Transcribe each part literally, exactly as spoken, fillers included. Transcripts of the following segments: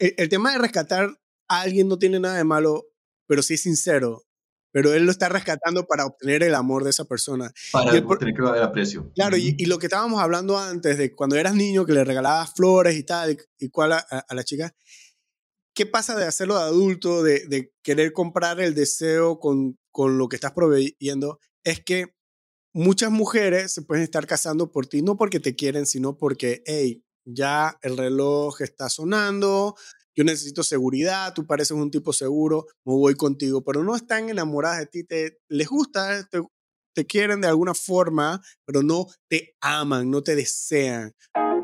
el, el tema de rescatar a alguien no tiene nada de malo, pero sí es sincero. Pero él lo está rescatando para obtener el amor de esa persona. Para y el, tener que ver aprecio. Claro, uh-huh. y, y lo que estábamos hablando antes, de cuando eras niño, que le regalabas flores y tal, y, y cual a, a, a la chica, ¿qué pasa de hacerlo de adulto, de, de querer comprar el deseo con, con lo que estás proveyendo? Es que muchas mujeres se pueden estar casando por ti, no porque te quieren, sino porque, hey, ya el reloj está sonando, yo necesito seguridad, tú pareces un tipo seguro, me voy contigo, pero no están enamoradas de ti, te, les gusta, te, te quieren de alguna forma, pero no te aman, no te desean.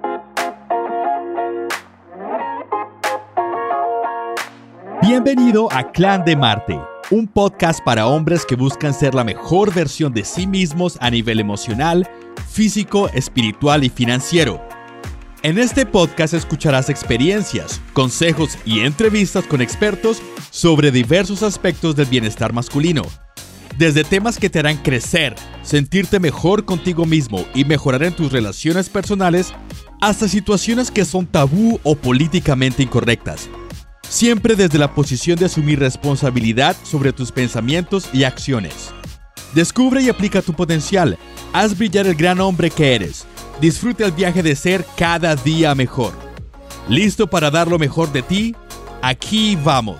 Bienvenido a Clan de Marte, un podcast para hombres que buscan ser la mejor versión de sí mismos a nivel emocional, físico, espiritual y financiero. En este podcast escucharás experiencias, consejos y entrevistas con expertos sobre diversos aspectos del bienestar masculino. Desde temas que te harán crecer, sentirte mejor contigo mismo y mejorar en tus relaciones personales, hasta situaciones que son tabú o políticamente incorrectas. Siempre desde la posición de asumir responsabilidad sobre tus pensamientos y acciones. Descubre y aplica tu potencial. Haz brillar el gran hombre que eres. Disfruta el viaje de ser cada día mejor. ¿Listo para dar lo mejor de ti? Aquí vamos.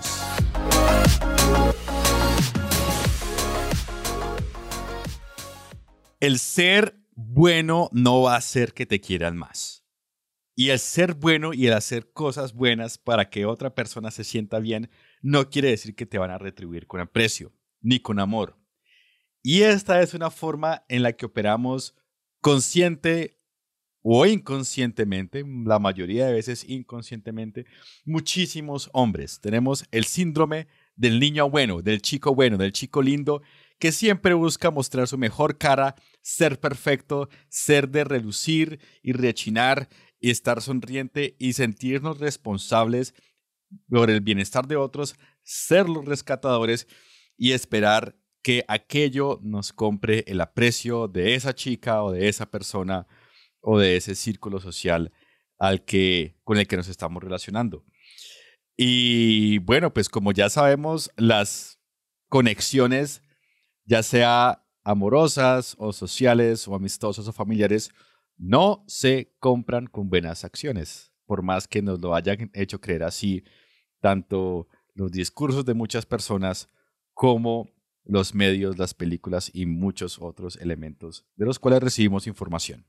El ser bueno no va a hacer que te quieran más. Y el ser bueno y el hacer cosas buenas para que otra persona se sienta bien no quiere decir que te van a retribuir con aprecio, ni con amor. Y esta es una forma en la que operamos consciente o inconscientemente, la mayoría de veces inconscientemente, muchísimos hombres. Tenemos el síndrome del niño bueno, del chico bueno, del chico lindo, que siempre busca mostrar su mejor cara, ser perfecto, ser de relucir y rechinar, y estar sonriente y sentirnos responsables por el bienestar de otros, ser los rescatadores y esperar que aquello nos compre el aprecio de esa chica o de esa persona o de ese círculo social al que, con el que nos estamos relacionando. Y bueno, pues como ya sabemos, las conexiones, ya sea amorosas o sociales o amistosas o familiares, no se compran con buenas acciones, por más que nos lo hayan hecho creer así, tanto los discursos de muchas personas como los medios, las películas y muchos otros elementos de los cuales recibimos información.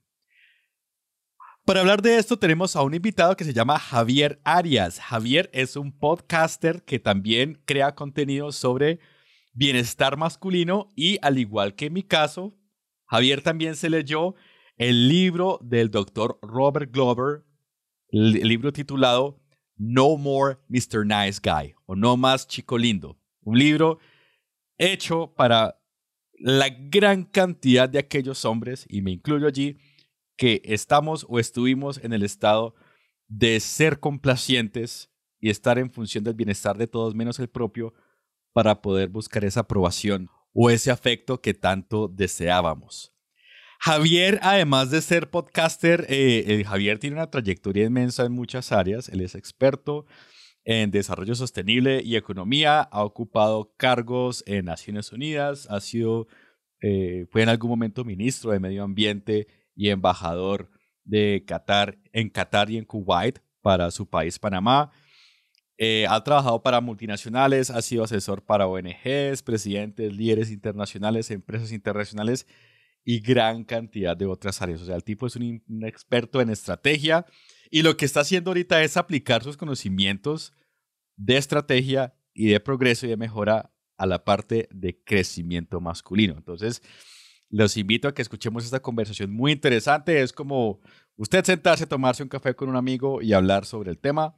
Para hablar de esto tenemos a un invitado que se llama Javier Arias. Javier es un podcaster que también crea contenido sobre bienestar masculino y, al igual que en mi caso, Javier también se leyó el libro del doctor Robert Glover, el libro titulado No More mister Nice Guy o No Más Chico Lindo. Un libro hecho para la gran cantidad de aquellos hombres, y me incluyo allí, que estamos o estuvimos en el estado de ser complacientes y estar en función del bienestar de todos menos el propio para poder buscar esa aprobación o ese afecto que tanto deseábamos. Javier, además de ser podcaster, eh, eh, Javier tiene una trayectoria inmensa en muchas áreas. Él es experto en desarrollo sostenible y economía, ha ocupado cargos en Naciones Unidas, ha sido, eh, fue en algún momento ministro de Medio Ambiente y embajador de Qatar, en Qatar y en Kuwait para su país, Panamá. Eh, ha trabajado para multinacionales, ha sido asesor para O N Ges, presidentes, líderes internacionales, empresas internacionales y gran cantidad de otras áreas. O sea, el tipo es un, un experto en estrategia y lo que está haciendo ahorita es aplicar sus conocimientos de estrategia y de progreso y de mejora a la parte de crecimiento masculino. Entonces, los invito a que escuchemos esta conversación muy interesante. Es como usted sentarse, tomarse un café con un amigo y hablar sobre el tema.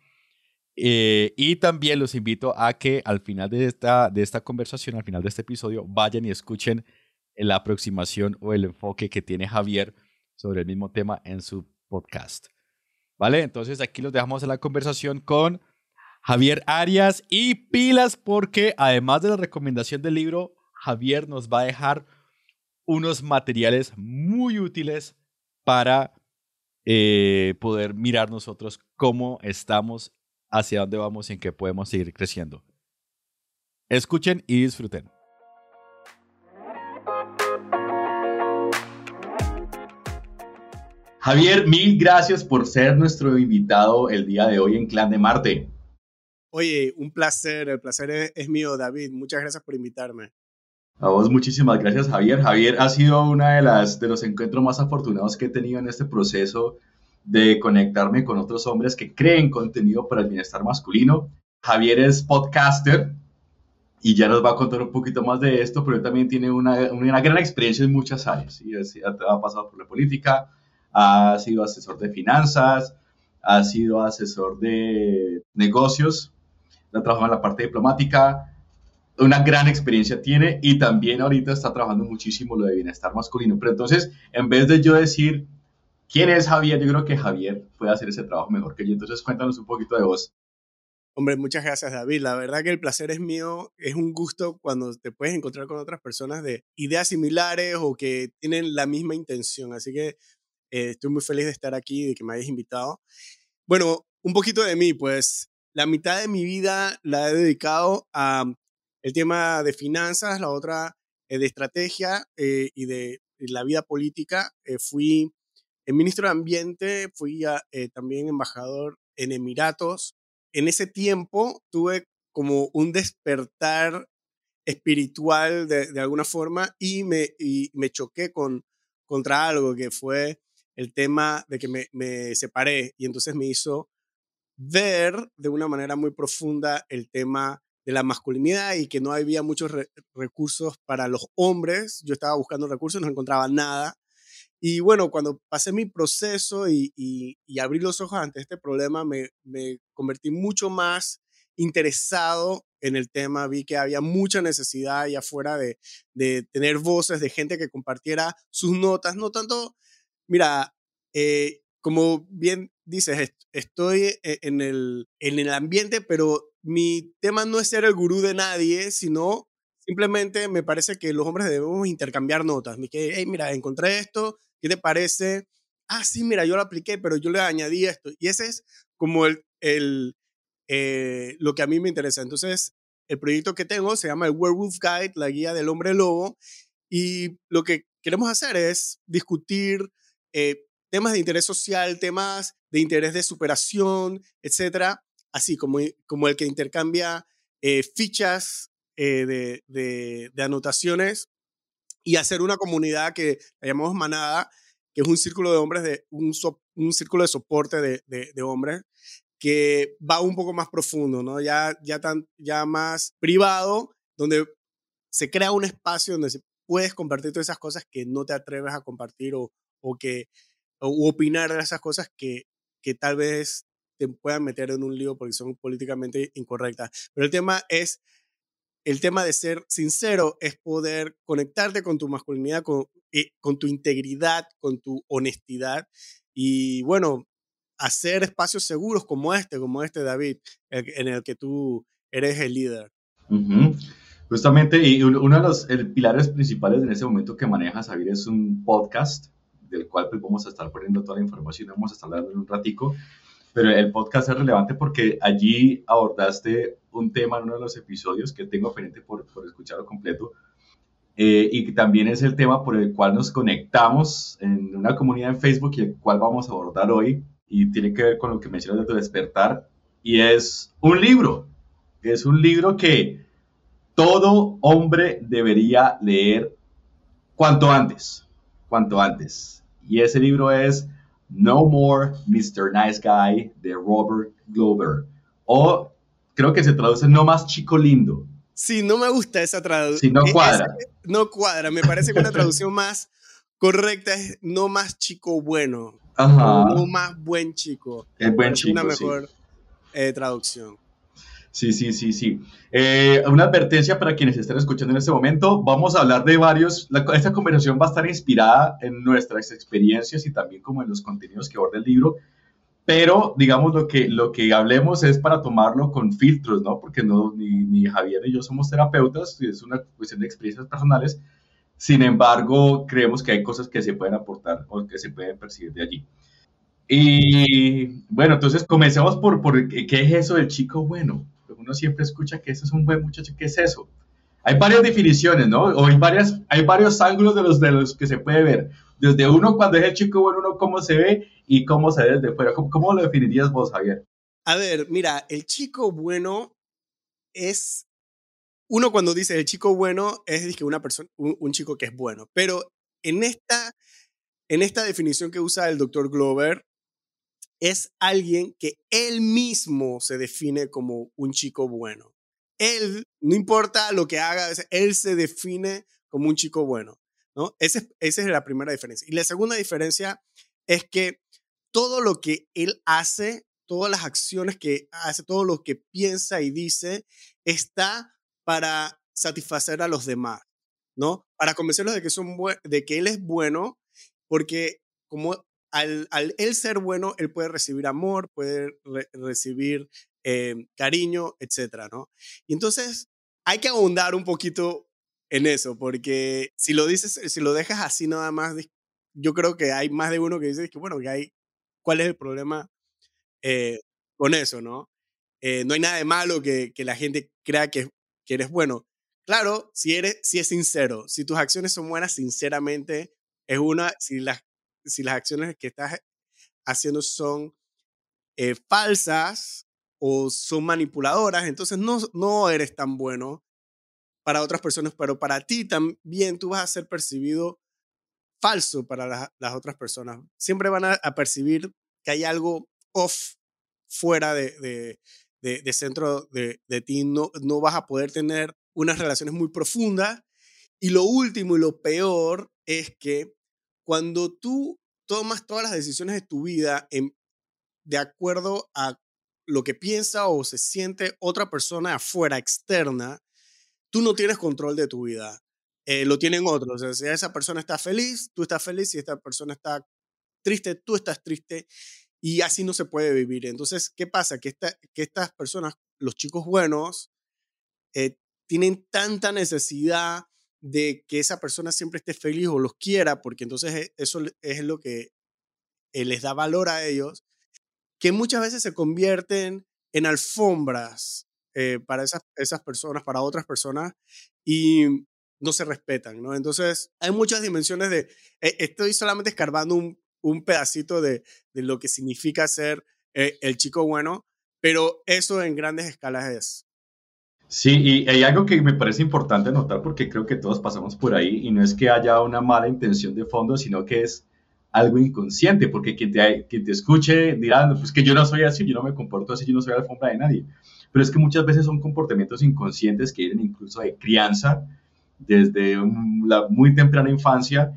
Eh, y también los invito a que al final de esta, de esta conversación, al final de este episodio, vayan y escuchen la aproximación o el enfoque que tiene Javier sobre el mismo tema en su podcast. ¿Vale? Entonces aquí los dejamos en la conversación con Javier Arias y pilas porque además de la recomendación del libro, Javier nos va a dejar unos materiales muy útiles para eh, poder mirar nosotros cómo estamos hacia dónde vamos y en qué podemos seguir creciendo. Escuchen y disfruten. Javier, mil gracias por ser nuestro invitado el día de hoy en Clan de Marte. Oye, un placer, el placer es, es mío, David. Muchas gracias por invitarme. A vos muchísimas gracias, Javier. Javier ha sido uno de, las, de los encuentros más afortunados que he tenido en este proceso de conectarme con otros hombres que creen contenido para el bienestar masculino. Javier es podcaster y ya nos va a contar un poquito más de esto, pero él también tiene una, una gran experiencia en muchas áreas. ¿Sí? Ha pasado por la política, ha sido asesor de finanzas, ha sido asesor de negocios, ha trabajado en la parte diplomática, una gran experiencia tiene y también ahorita está trabajando muchísimo lo de bienestar masculino. Pero entonces, en vez de yo decir quién es Javier, yo creo que Javier puede hacer ese trabajo mejor que yo. Entonces, cuéntanos un poquito de vos. Hombre, muchas gracias, David. La verdad que el placer es mío. Es un gusto cuando te puedes encontrar con otras personas de ideas similares o que tienen la misma intención. Así que eh, estoy muy feliz de estar aquí y de que me hayas invitado. Bueno, un poquito de mí, pues la mitad de mi vida la he dedicado a el tema de finanzas, la otra eh, de estrategia eh, y de y la vida política. Eh, fui el ministro de Ambiente, fui a, eh, también embajador en Emiratos. En ese tiempo tuve como un despertar espiritual de, de alguna forma y me, y me choqué con, contra algo que fue el tema de que me, me separé y entonces me hizo ver de una manera muy profunda el tema de la masculinidad y que no había muchos re recursos para los hombres. Yo estaba buscando recursos, no encontraba nada. Y bueno, cuando pasé mi proceso y, y, y abrí los ojos ante este problema, me, me convertí mucho más interesado en el tema. Vi que había mucha necesidad allá afuera de, de tener voces de gente que compartiera sus notas, no tanto, mira, eh, como bien dices, est estoy en el, en el ambiente, pero mi tema no es ser el gurú de nadie, sino simplemente me parece que los hombres debemos intercambiar notas. Que, hey, mira, encontré esto, ¿qué te parece? Ah, sí, mira, yo lo apliqué, pero yo le añadí esto. Y ese es como el, el, eh, lo que a mí me interesa. Entonces, el proyecto que tengo se llama el Werewolf Guide, la guía del hombre lobo. Y lo que queremos hacer es discutir eh, temas de interés social, temas de interés de superación, etcétera, así como, como el que intercambia eh, fichas eh, de, de, de anotaciones y hacer una comunidad que la llamamos manada, que es un círculo de hombres, de, un, so, un círculo de soporte de, de, de hombres que va un poco más profundo, ¿no? Ya, ya, tan, ya más privado, donde se crea un espacio donde se puedes compartir todas esas cosas que no te atreves a compartir o, o que o opinar de esas cosas que, que tal vez te puedan meter en un lío porque son políticamente incorrectas. Pero el tema es, el tema de ser sincero es poder conectarte con tu masculinidad, con, eh, con tu integridad, con tu honestidad y bueno, hacer espacios seguros como este, como este, David, el, en el que tú eres el líder. Uh-huh. Justamente, y uno de los el, pilares principales en ese momento que manejas, Javier, es un podcast del cual pues vamos a estar poniendo toda la información, vamos a estar hablando en un ratico, pero el podcast es relevante porque allí abordaste un tema en uno de los episodios que tengo pendiente por, por escucharlo completo, eh, y que también es el tema por el cual nos conectamos en una comunidad en Facebook y el cual vamos a abordar hoy, y tiene que ver con lo que mencionas de tu despertar, y es un libro, es un libro que todo hombre debería leer cuanto antes, cuanto antes. Y ese libro es No More mister Nice Guy de Robert Glover. O creo que se traduce No Más Chico Lindo. Sí, no me gusta esa traducción. Sí, no cuadra. Es, no cuadra. Me parece que una traducción más correcta es No Más Chico Bueno. Ajá. O No Más Buen Chico. Es buen chico, una mejor sí. eh, traducción. Sí, sí, sí, sí. Eh, una advertencia para quienes estén escuchando en este momento. Vamos a hablar de varios. La, esta conversación va a estar inspirada en nuestras experiencias y también como en los contenidos que aborda el libro. Pero, digamos, lo que, lo que hablemos es para tomarlo con filtros, ¿no? Porque no, ni, ni Javier ni yo somos terapeutas, es una cuestión de experiencias personales. Sin embargo, creemos que hay cosas que se pueden aportar o que se pueden percibir de allí. Y bueno, entonces comencemos por, por qué es eso del chico bueno. Uno siempre escucha que ese es un buen muchacho. ¿Qué es eso? Hay varias definiciones, ¿no? O hay, varias, hay varios ángulos de los, de los que se puede ver. Desde uno, cuando es el chico bueno, uno cómo se ve y cómo se ve desde fuera. ¿Cómo, cómo lo definirías vos, Javier? A ver, mira, el chico bueno es, uno cuando dice el chico bueno es dizque, una persona, un, un chico que es bueno, pero en esta, en esta definición que usa el doctor Glover, es alguien que él mismo se define como un chico bueno. Él, no importa lo que haga, él se define como un chico bueno, ¿no? Ese, esa es la primera diferencia. Y la segunda diferencia es que todo lo que él hace, todas las acciones que hace, todo lo que piensa y dice, está para satisfacer a los demás, ¿no? Para convencerlos de que, son de que él es bueno, porque como al, al él ser bueno, él puede recibir amor, puede re recibir eh, cariño, etcétera, ¿no? Y entonces hay que ahondar un poquito en eso, porque si lo dices, si lo dejas así nada más, yo creo que hay más de uno que dice que, bueno, que hay, ¿cuál es el problema eh, con eso, no? Eh, no hay nada de malo que, que la gente crea que, que eres bueno. Claro, si, eres, si es sincero, si tus acciones son buenas, sinceramente, es una, si las, si las acciones que estás haciendo son eh, falsas o son manipuladoras, entonces no, no eres tan bueno para otras personas, pero para ti también tú vas a ser percibido falso para la, las otras personas. Siempre van a, a, percibir que hay algo off fuera de, de, de, de centro de, de ti. No, no vas a poder tener unas relaciones muy profundas. Y lo último y lo peor es que cuando tú tomas todas las decisiones de tu vida en, de acuerdo a lo que piensa o se siente otra persona afuera, externa, tú no tienes control de tu vida. Eh, lo tienen otros. O sea, si esa persona está feliz, tú estás feliz. Si esta persona está triste, tú estás triste. Y así no se puede vivir. Entonces, ¿qué pasa? Que, esta, que estas personas, los chicos buenos, eh, tienen tanta necesidad de que esa persona siempre esté feliz o los quiera, porque entonces eso es lo que eh, les da valor a ellos, que muchas veces se convierten en alfombras eh, para esas, esas personas, para otras personas, y no se respetan, ¿no? Entonces, hay muchas dimensiones de, eh, estoy solamente escarbando un, un pedacito de, de, lo que significa ser eh, el chico bueno, pero eso en grandes escalas es. Sí, y hay algo que me parece importante notar porque creo que todos pasamos por ahí y no es que haya una mala intención de fondo, sino que es algo inconsciente, porque quien te, quien te escuche dirá, no, pues que yo no soy así, yo no me comporto así, yo no soy alfombra de nadie. Pero es que muchas veces son comportamientos inconscientes que vienen incluso de crianza, desde un, la muy temprana infancia,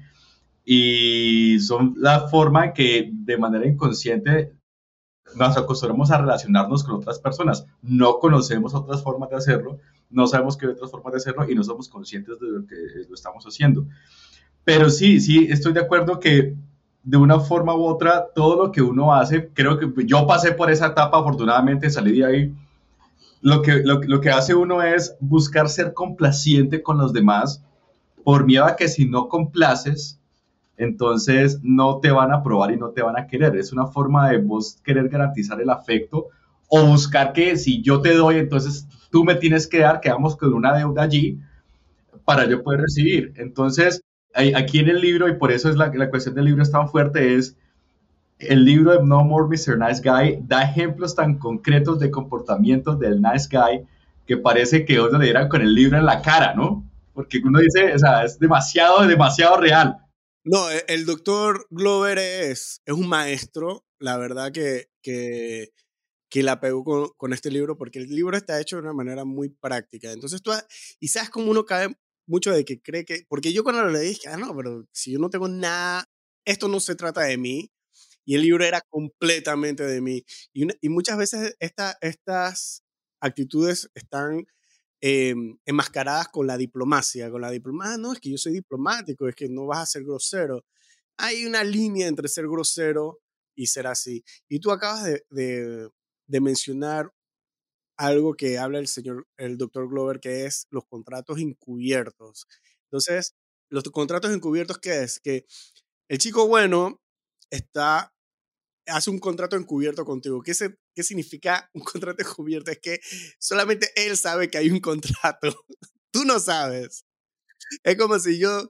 y son la forma que de manera inconsciente nos acostumbramos a relacionarnos con otras personas. No conocemos otras formas de hacerlo, no sabemos qué hay otras formas de hacerlo y no somos conscientes de lo que lo estamos haciendo. Pero sí, sí, estoy de acuerdo que de una forma u otra, todo lo que uno hace, creo que yo pasé por esa etapa, afortunadamente salí de ahí, lo que, lo, lo que hace uno es buscar ser complaciente con los demás por miedo a que si no complaces, entonces no te van a aprobar y no te van a querer. Es una forma de vos querer garantizar el afecto o buscar que si yo te doy, entonces tú me tienes que dar, quedamos con una deuda allí para yo poder recibir. Entonces, aquí en el libro, y por eso es la, la cuestión del libro es tan fuerte, es el libro de No More mister Nice Guy da ejemplos tan concretos de comportamientos del nice guy que parece que uno le dieran con el libro en la cara, ¿no? Porque uno dice, o sea, es demasiado, demasiado real. No, el doctor Glover es, es un maestro, la verdad que, que, que la pegó con, con, este libro, porque el libro está hecho de una manera muy práctica. Entonces tú, y sabes cómo uno cae mucho de que cree que, porque yo cuando lo leí dije, ah, no, pero si yo no tengo nada, esto no se trata de mí, y el libro era completamente de mí. Y, una, y muchas veces esta, estas actitudes están eh, enmascaradas con la diplomacia, con la diplomacia, no, es que yo soy diplomático, es que no vas a ser grosero. Hay una línea entre ser grosero y ser así. Y tú acabas de, de, de mencionar algo que habla el señor, el doctor Glover, que es los contratos encubiertos. Entonces, los contratos encubiertos, ¿qué es? Que el chico bueno está hace un contrato encubierto contigo. ¿Qué, se, ¿Qué significa un contrato encubierto? Es que solamente él sabe que hay un contrato. Tú no sabes. Es como si yo,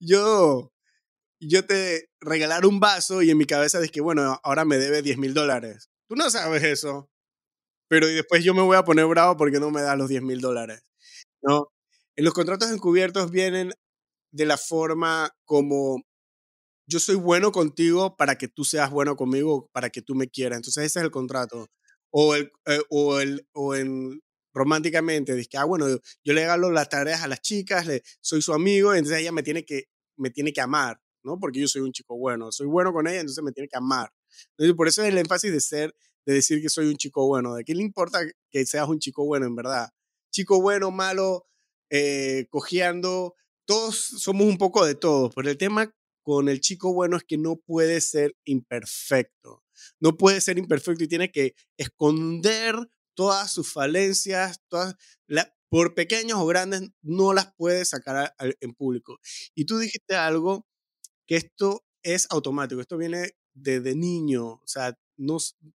yo, yo te regalara un vaso y en mi cabeza es que, bueno, ahora me debe diez mil dólares. Tú no sabes eso. Pero después yo me voy a poner bravo porque no me da los diez mil dólares. ¿No? En los contratos encubiertos vienen de la forma como yo soy bueno contigo para que tú seas bueno conmigo, para que tú me quieras. Entonces ese es el contrato. O, el, eh, o, el, o en románticamente, dice que, ah, bueno, yo, yo le regalo las tareas a las chicas, le, soy su amigo, entonces ella me tiene, que, me tiene que amar, ¿no? Porque yo soy un chico bueno, soy bueno con ella, entonces me tiene que amar. Entonces, por eso es el énfasis de ser, de decir que soy un chico bueno. ¿De qué le importa que seas un chico bueno, en verdad? Chico bueno, malo, eh, cojeando, todos somos un poco de todos, pero el tema con el chico bueno es que no puede ser imperfecto. No puede ser imperfecto y tiene que esconder todas sus falencias, todas, la, por pequeños o grandes, no las puede sacar a, a, en público. Y tú dijiste algo que esto es automático, esto viene desde niño, o sea, no,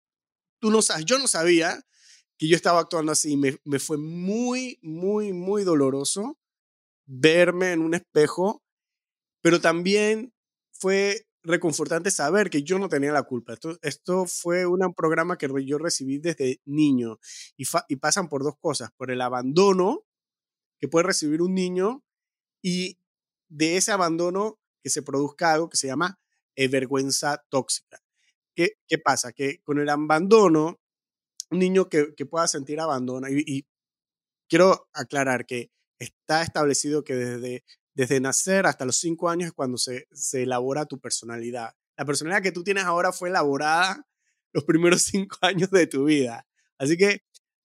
tú no sabes, yo no sabía que yo estaba actuando así, me, me fue muy, muy, muy doloroso verme en un espejo, pero también fue reconfortante saber que yo no tenía la culpa. Esto, esto fue un programa que yo recibí desde niño y, fa, y pasan por dos cosas, por el abandono que puede recibir un niño y de ese abandono que se produzca algo que se llama eh, vergüenza tóxica. ¿Qué, ¿Qué pasa? Que con el abandono, un niño que, que pueda sentir abandono, y, y quiero aclarar que está establecido que desde, desde nacer hasta los cinco años es cuando se, se elabora tu personalidad. La personalidad que tú tienes ahora fue elaborada los primeros cinco años de tu vida. Así que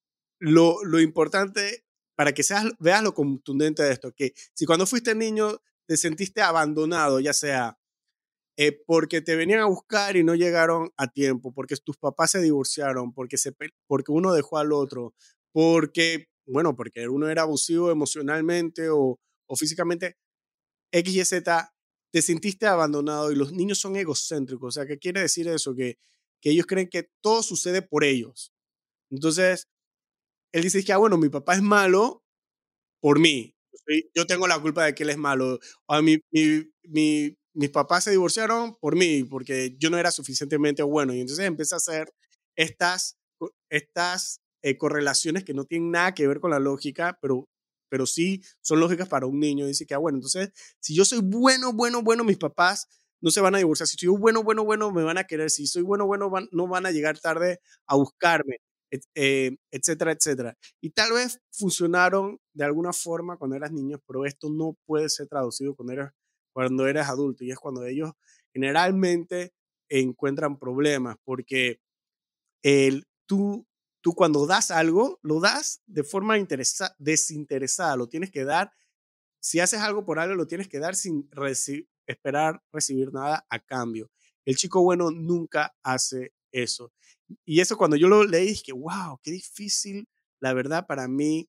lo, lo importante, para que seas, veas lo contundente de esto, que si cuando fuiste niño te sentiste abandonado, ya sea eh, porque te venían a buscar y no llegaron a tiempo, porque tus papás se divorciaron, porque, se, porque uno dejó al otro, porque, bueno, porque uno era abusivo emocionalmente o, o físicamente, X Y Z, te sentiste abandonado y los niños son egocéntricos. O sea, ¿qué quiere decir eso? Que, que ellos creen que todo sucede por ellos. Entonces, él dice que, ah, bueno, mi papá es malo por mí. Yo tengo la culpa de que él es malo. O mi, mi, mi, mis papás se divorciaron por mí, porque yo no era suficientemente bueno. Y entonces empieza a hacer estas, estas eh, correlaciones que no tienen nada que ver con la lógica, pero, pero sí son lógicas para un niño. Dice que, ah, bueno, entonces, si yo soy bueno, bueno, bueno, mis papás no se van a divorciar. Si soy bueno, bueno, bueno, me van a querer. Si soy bueno, bueno, van, no van a llegar tarde a buscarme. Et, eh, etcétera, etcétera. Y tal vez funcionaron de alguna forma cuando eras niño, pero esto no puede ser traducido cuando eres, cuando eres adulto, y es cuando ellos generalmente encuentran problemas, porque el, tú, tú cuando das algo, lo das de forma interesa, desinteresada, lo tienes que dar, si haces algo por algo, lo tienes que dar sin reci esperar recibir nada a cambio. El chico bueno nunca hace eso. Y eso cuando yo lo leí, dije, wow, qué difícil, la verdad, para mí,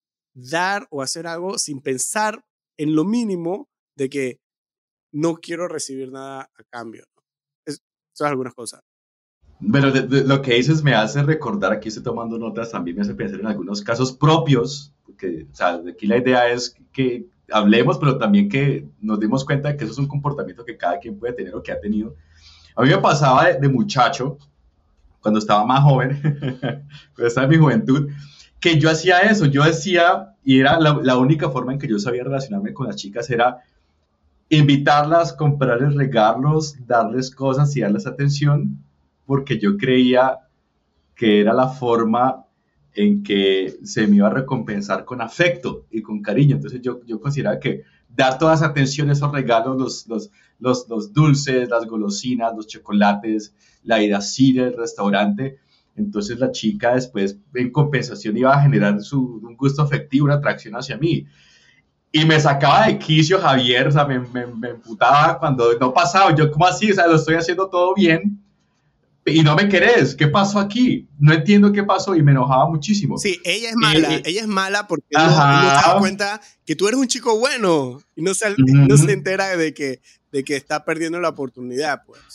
dar o hacer algo sin pensar en lo mínimo de que no quiero recibir nada a cambio. Es, son algunas cosas. Pero de, de, lo que dices me hace recordar, aquí estoy tomando notas, también me hace pensar en algunos casos propios, porque, o sea, aquí la idea es que hablemos, pero también que nos demos cuenta de que eso es un comportamiento que cada quien puede tener o que ha tenido. A mí me pasaba de, de muchacho, cuando estaba más joven, cuando estaba en mi juventud, que yo hacía eso, yo decía, y era la, la única forma en que yo sabía relacionarme con las chicas, era invitarlas, comprarles regalos, darles cosas y darles atención, porque yo creía que era la forma en que se me iba a recompensar con afecto y con cariño. Entonces yo, yo consideraba que dar toda esa atención, esos regalos, los, los, los, los dulces, las golosinas, los chocolates, la ida al cine, el restaurante, entonces la chica después en compensación iba a generar su, un gusto afectivo, una atracción hacia mí. Y me sacaba de quicio Javier, o sea, me, me, me emputaba cuando no pasaba. Yo, ¿cómo así? O sea, lo estoy haciendo todo bien y no me querés. ¿Qué pasó aquí? No entiendo qué pasó y me enojaba muchísimo. Sí, ella es mala. Eh, ella es mala porque no, no se da cuenta que tú eres un chico bueno y no se, uh-huh. no se entera de que, de que está perdiendo la oportunidad, pues.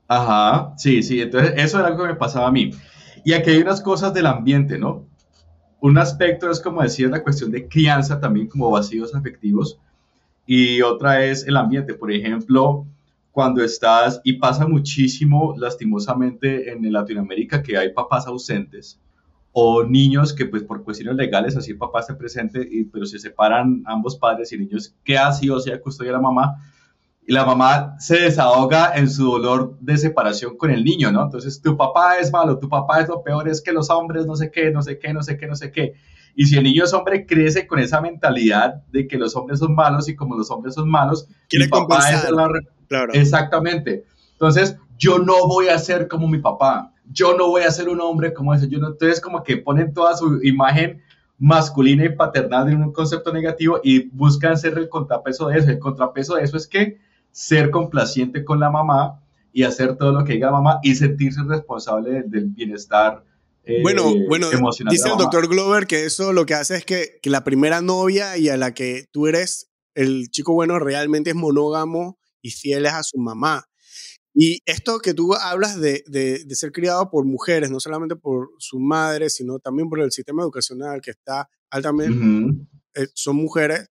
Ajá, sí, sí, entonces eso era algo que me pasaba a mí. Y aquí hay unas cosas del ambiente, ¿no? Un aspecto es, como decía, la cuestión de crianza también, como vacíos afectivos, y otra es el ambiente. Por ejemplo, cuando estás, y pasa muchísimo lastimosamente en Latinoamérica, que hay papás ausentes o niños que pues por cuestiones legales así el papá está presente, y, pero se separan ambos padres y niños que así o sea custodia la mamá, y la mamá se desahoga en su dolor de separación con el niño, ¿no? Entonces, tu papá es malo, tu papá es lo peor, es que los hombres no sé qué, no sé qué, no sé qué, no sé qué. Y si el niño es hombre, crece con esa mentalidad de que los hombres son malos, y como los hombres son malos, mi Quiere papá es compensar, la... claro. Exactamente. Entonces, yo no voy a ser como mi papá, yo no voy a ser un hombre como ese. Yo no... Entonces, como que ponen toda su imagen masculina y paternal en un concepto negativo y buscan ser el contrapeso de eso. El contrapeso de eso es que ser complaciente con la mamá y hacer todo lo que diga la mamá y sentirse responsable del, del bienestar Bueno, eh, bueno, emocional de dice la el mamá. doctor Glover que eso lo que hace es que, que la primera novia y a la que tú eres el chico bueno realmente es monógamo y fiel es a su mamá. Y esto que tú hablas de, de, de ser criado por mujeres, no solamente por su madre, sino también por el sistema educacional que está altamente, Uh-huh. eh, son mujeres,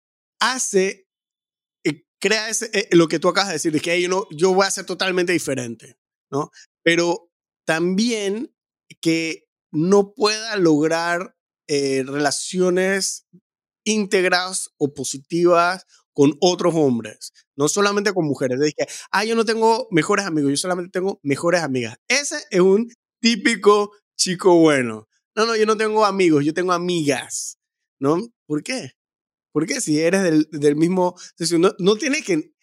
hace, eh, crea ese, eh, lo que tú acabas de decir, de que hey, yo, no, yo voy a ser totalmente diferente, ¿no? Pero también que no pueda lograr eh, relaciones íntegras o positivas con otros hombres, no solamente con mujeres. De que, ah, yo no tengo mejores amigos, yo solamente tengo mejores amigas. Ese es un típico chico bueno. No, no, yo no tengo amigos, yo tengo amigas, ¿no? ¿Por qué? Porque si eres del, del mismo, no, no tienes que,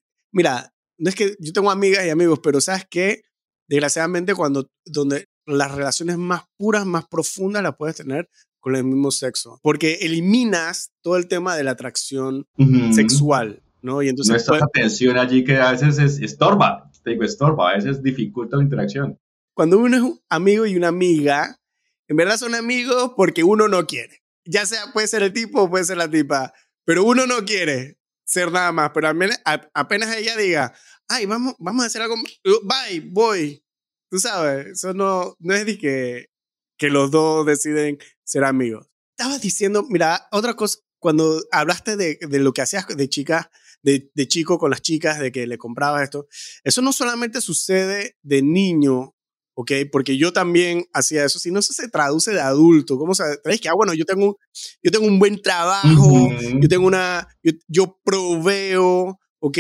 mira, no es que yo tengo amigas y amigos, pero ¿sabes qué? Desgraciadamente cuando, donde las relaciones más puras, más profundas las puedes tener con el mismo sexo, porque eliminas todo el tema de la atracción Uh-huh. sexual, ¿no? Y No entonces, estás pues, atención allí que a veces es, estorba, te digo estorba, a veces dificulta la interacción. cuando uno es un amigo y una amiga, en verdad son amigos porque uno no quiere. Ya sea puede ser el tipo o puede ser la tipa, pero uno no quiere ser nada más. Pero al menos, a, apenas ella diga, ay, vamos, vamos a hacer algo, bye, voy. Tú sabes, eso no, no es de que, que los dos deciden ser amigos. Estabas diciendo, mira, otra cosa, cuando hablaste de, de lo que hacías de chica, de, de chico con las chicas, de que le comprabas esto, eso no solamente sucede de niño, ¿ok? Porque yo también hacía eso, si no eso se traduce de adulto, ¿cómo se traduce? Que, ah, bueno, yo tengo, yo tengo un buen trabajo, yo Uh-huh. tengo una, yo, yo proveo, ¿ok?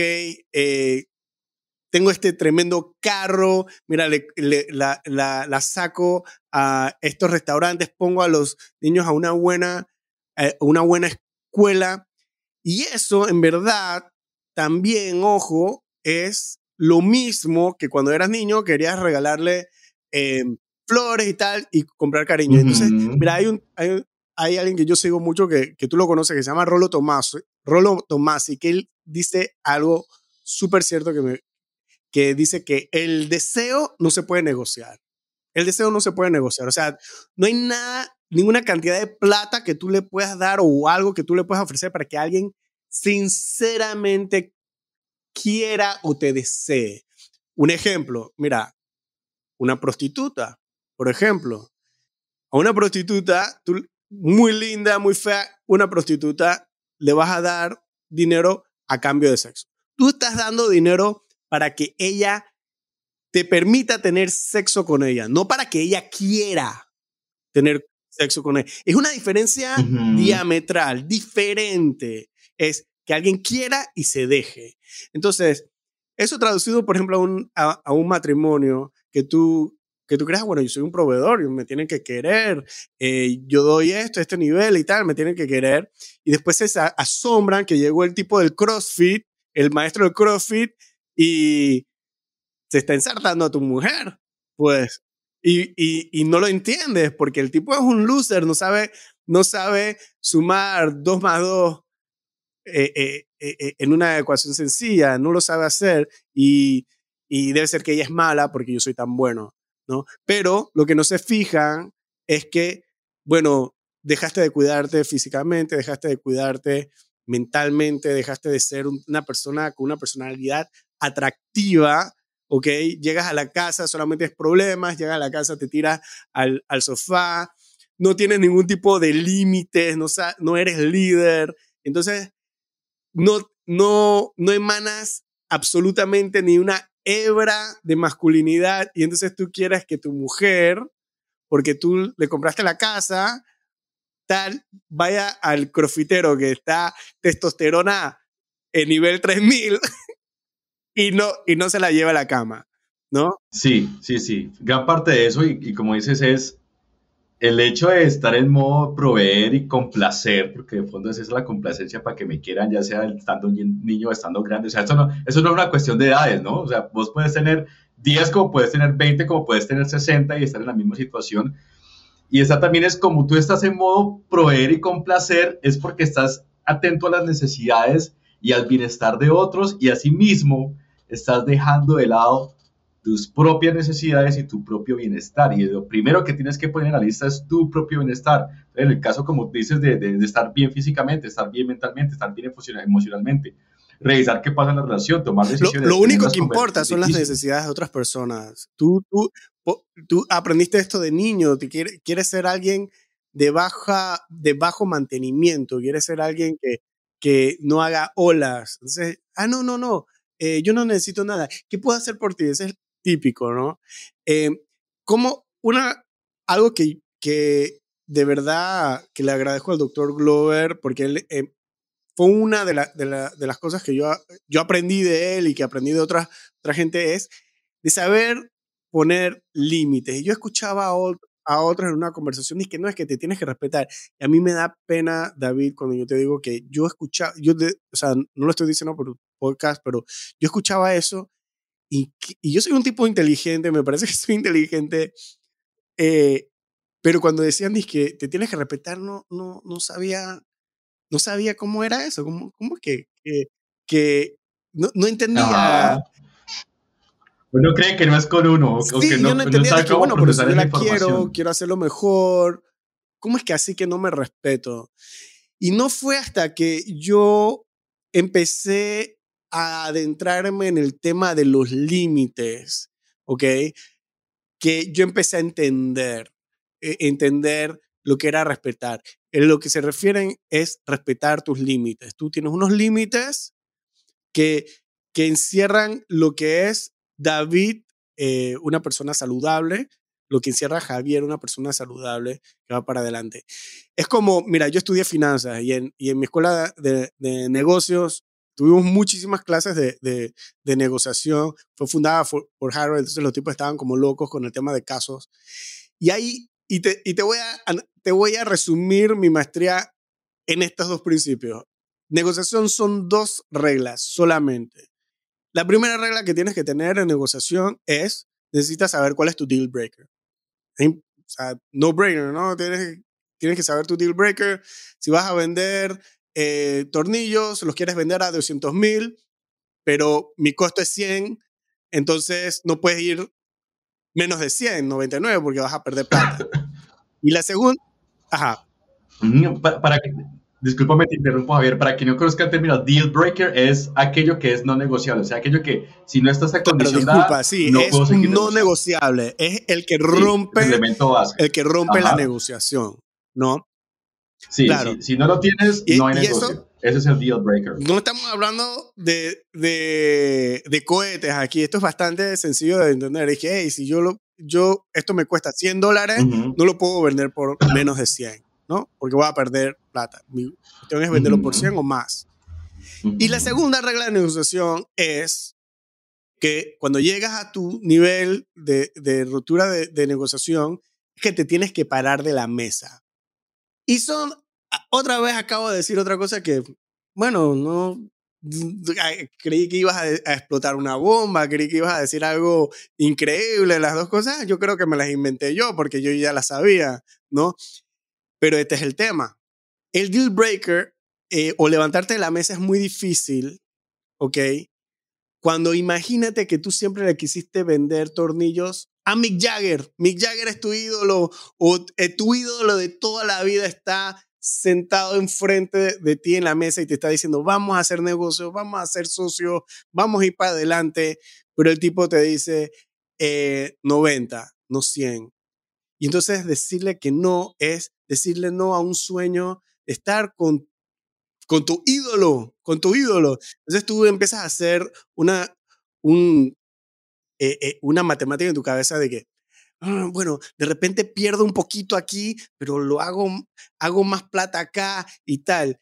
Eh, tengo este tremendo carro, mira, le, le, la, la, la saco a estos restaurantes, pongo a los niños a una buena, eh, una buena escuela, y eso, en verdad, también, ojo, es lo mismo que cuando eras niño querías regalarle eh, flores y tal y comprar cariño. Entonces, Uh-huh. mira, hay, un, hay, un, hay alguien que yo sigo mucho que, que tú lo conoces, que se llama Rolo Tomás, Rolo Tomás, y que él dice algo súper cierto que, me, que dice que el deseo no se puede negociar. El deseo no se puede negociar. O sea, no hay nada, ninguna cantidad de plata que tú le puedas dar o algo que tú le puedas ofrecer para que alguien sinceramente quiera o te desee. Un ejemplo, mira, una prostituta, por ejemplo. A una prostituta, tú, muy linda, muy fea, una prostituta, le vas a dar dinero a cambio de sexo. Tú estás dando dinero para que ella te permita tener sexo con ella, no para que ella quiera tener sexo con él. Es una diferencia Uh-huh. diametral, diferente. Es que alguien quiera y se deje. Entonces, eso traducido, por ejemplo, a un, a, a un matrimonio que tú, que tú creas, bueno, yo soy un proveedor, y me tienen que querer, eh, yo doy esto, este nivel y tal, me tienen que querer. Y después se asombran que llegó el tipo del CrossFit, el maestro del CrossFit, y se está ensartando a tu mujer, pues, y, y, y no lo entiendes porque el tipo es un loser, no sabe, no sabe sumar dos más dos eh, eh, eh, en una ecuación sencilla, no lo sabe hacer y, y debe ser que ella es mala porque yo soy tan bueno, ¿no? Pero lo que no se fijan es que, bueno, dejaste de cuidarte físicamente, dejaste de cuidarte mentalmente, dejaste de ser una persona con una personalidad atractiva, ¿ok? Llegas a la casa, solamente es problemas, llegas a la casa, te tiras al, al sofá, no tienes ningún tipo de límites, no, no eres líder, entonces no, no, no emanas absolutamente ni una hebra de masculinidad y entonces tú quieres que tu mujer, porque tú le compraste la casa, tal, vaya al crofitero que está testosterona en nivel tres mil y no, y no se la lleva a la cama, ¿no? Sí, sí, sí. Gran parte de eso, y, y como dices, es el hecho de estar en modo proveer y complacer, porque de fondo esa es la complacencia para que me quieran, ya sea estando niño o estando grande. O sea, eso no, eso no es una cuestión de edades, ¿no? O sea, vos puedes tener diez, como puedes tener veinte, como puedes tener sesenta y estar en la misma situación. Y esa también es como tú estás en modo proveer y complacer, es porque estás atento a las necesidades y al bienestar de otros, y asimismo estás dejando de lado tus propias necesidades y tu propio bienestar. Y lo primero que tienes que poner en la lista es tu propio bienestar. En el caso, como dices, de, de, de estar bien físicamente, estar bien mentalmente, estar bien emocionalmente, revisar qué pasa en la relación, tomar decisiones. Lo, lo único que importa son las necesidades de otras personas. Tú, tú, tú aprendiste esto de niño, te quieres, quieres ser alguien de, baja, de bajo mantenimiento, quieres ser alguien que, que no haga olas. Entonces, ah, no, no, no, eh, yo no necesito nada. ¿Qué puedo hacer por ti? Ese es típico, ¿no? Eh, como una, algo que, que de verdad que le agradezco al doctor Glover, porque él eh, fue una de, la, de, la, de las cosas que yo, yo aprendí de él y que aprendí de otra, otra gente, es de saber poner límites. Y yo escuchaba a, otro, a otros en una conversación y que no es que te tienes que respetar. Y a mí me da pena, David, cuando yo te digo que yo escuchaba, yo de, o sea, no lo estoy diciendo por podcast, pero yo escuchaba eso y, y yo soy un tipo inteligente, me parece que soy inteligente, eh, pero cuando decían que te tienes que respetar, no, no, no sabía, no sabía cómo era eso, cómo, cómo que, que, que no, no entendía. Ajá. Uno cree que no es con uno, o sí, que no, yo no entendía, no sabe dije, cómo bueno, pero si procesar yo esa la quiero, información. quiero hacerlo mejor, ¿cómo es que así que no me respeto? Y no fue hasta que yo empecé a adentrarme en el tema de los límites, ¿ok? Que yo empecé a entender, eh, entender lo que era respetar. En lo que se refieren es respetar tus límites. Tú tienes unos límites que, que encierran lo que es David, eh, una persona saludable, lo que encierra Javier, una persona saludable que va para adelante. Es como, mira, yo estudié finanzas y en, y en mi escuela de, de negocios tuvimos muchísimas clases de, de, de negociación. Fue fundada por, por Harvard, entonces los tipos estaban como locos con el tema de casos. Y ahí, y te, y te, voy, a, te voy a resumir mi maestría en estos dos principios. Negociación son dos reglas solamente. La primera regla que tienes que tener en negociación es, necesitas saber cuál es tu deal breaker. O sea, no brainer, ¿no? Tienes, tienes que saber tu deal breaker. Si vas a vender eh, tornillos, los quieres vender a doscientos mil, pero mi costo es cien, entonces no puedes ir menos de cien, noventa y nueve, porque vas a perder plata. Y la segunda, ajá. Para, para que, discúlpame, te interrumpo, Javier. Para quien no conozca el término deal breaker, es aquello que es no negociable. O sea, aquello que si no está esta condición Claro, disculpa, dada, sí, no es puedo seguir un no negociando. negociable. Es el que Sí, rompe, es el elemento base. el que rompe la Ajá. negociación, ¿no? Sí, Claro. sí, si no lo tienes, Y, no hay y negocio. eso, Ese es el deal breaker. no estamos hablando de, de, de cohetes aquí. Esto es bastante sencillo de entender. Es que, hey, si yo, lo, yo esto me cuesta cien dólares, uh-huh. no lo puedo vender por menos de cien, ¿no? Porque voy a perder plata. Mi cuestión es venderlo uh-huh. por cien o más. Uh-huh. Y la segunda regla de negociación es que cuando llegas a tu nivel de, de ruptura de, de negociación, es que te tienes que parar de la mesa. Y son, otra vez acabo de decir otra cosa que, bueno, no, creí que ibas a, a explotar una bomba, creí que ibas a decir algo increíble, las dos cosas, yo creo que me las inventé yo porque yo ya las sabía, ¿no? Pero este es el tema. El deal breaker eh, o levantarte de la mesa es muy difícil, ¿ok? Cuando imagínate que tú siempre le quisiste vender tornillos a Mick Jagger. Mick Jagger es tu ídolo o eh, tu ídolo de toda la vida está sentado enfrente de, de ti en la mesa y te está diciendo, vamos a hacer negocio, vamos a ser socios, vamos a ir para adelante, pero el tipo te dice eh, noventa, no cien. Y entonces decirle que no es decirle no a un sueño, estar con, con tu ídolo, con tu ídolo. Entonces tú empiezas a hacer una, un, eh, eh, una matemática en tu cabeza de que, ah, bueno, de repente pierdo un poquito aquí, pero lo hago, hago más plata acá y tal.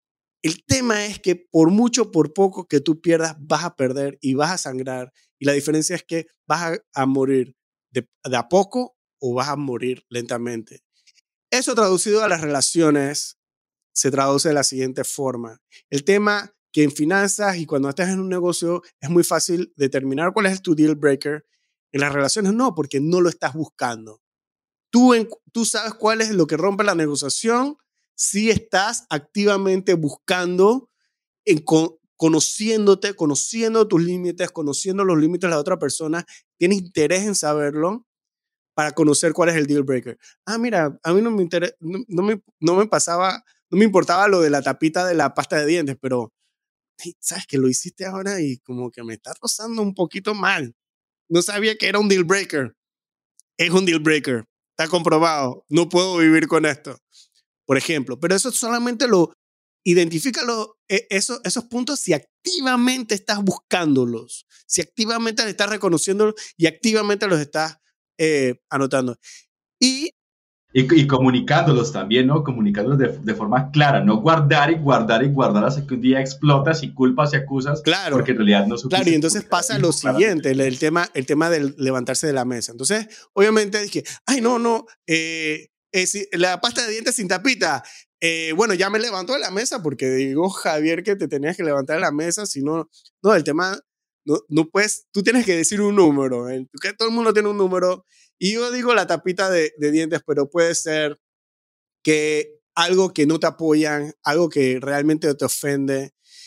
El tema es que por mucho, por poco que tú pierdas, vas a perder y vas a sangrar. Y la diferencia es que vas a, a morir de, de a poco o vas a morir lentamente. Eso traducido a las relaciones se traduce de la siguiente forma. El tema que en finanzas y cuando estás en un negocio es muy fácil determinar cuál es tu deal breaker. En las relaciones no, porque no lo estás buscando. Tú, en, tú sabes cuál es lo que rompe la negociación si estás activamente buscando, en, con, conociéndote, conociendo tus límites, conociendo los límites de la otra persona, tienes interés en saberlo para conocer cuál es el deal breaker. Ah, mira, a mí no me, inter no, no, me, no me pasaba, no me importaba lo de la tapita de la pasta de dientes, pero hey, sabes que lo hiciste ahora y como que me está rozando un poquito mal. No sabía que era un deal breaker. Es un deal breaker. Está comprobado. No puedo vivir con esto. Por ejemplo, pero eso solamente lo identifícalo, eso, esos puntos si activamente estás buscándolos, si activamente los estás reconociéndolos y activamente los estás eh, anotando. Y, y, y comunicándolos también, ¿no? Comunicándolos de, de forma clara, no guardar y guardar y guardar hasta que un día explotas y culpas y acusas, claro, porque en realidad no supiste. Claro, y entonces pasa lo siguiente, el, el, tema, el tema del levantarse de la mesa. Entonces, obviamente dije, ay, no, no, eh, eh, si, la pasta de dientes sin tapita. Eh, bueno, ya me levanto de la mesa porque digo, Javier, que te tenías que levantar de la mesa, si no, no, el tema, no, no puedes, tú tienes que decir un número, ¿eh? Que todo el mundo tiene un número, y yo digo la tapita de, de dientes, pero puede ser que algo que no te apoyan, algo que realmente te ofende,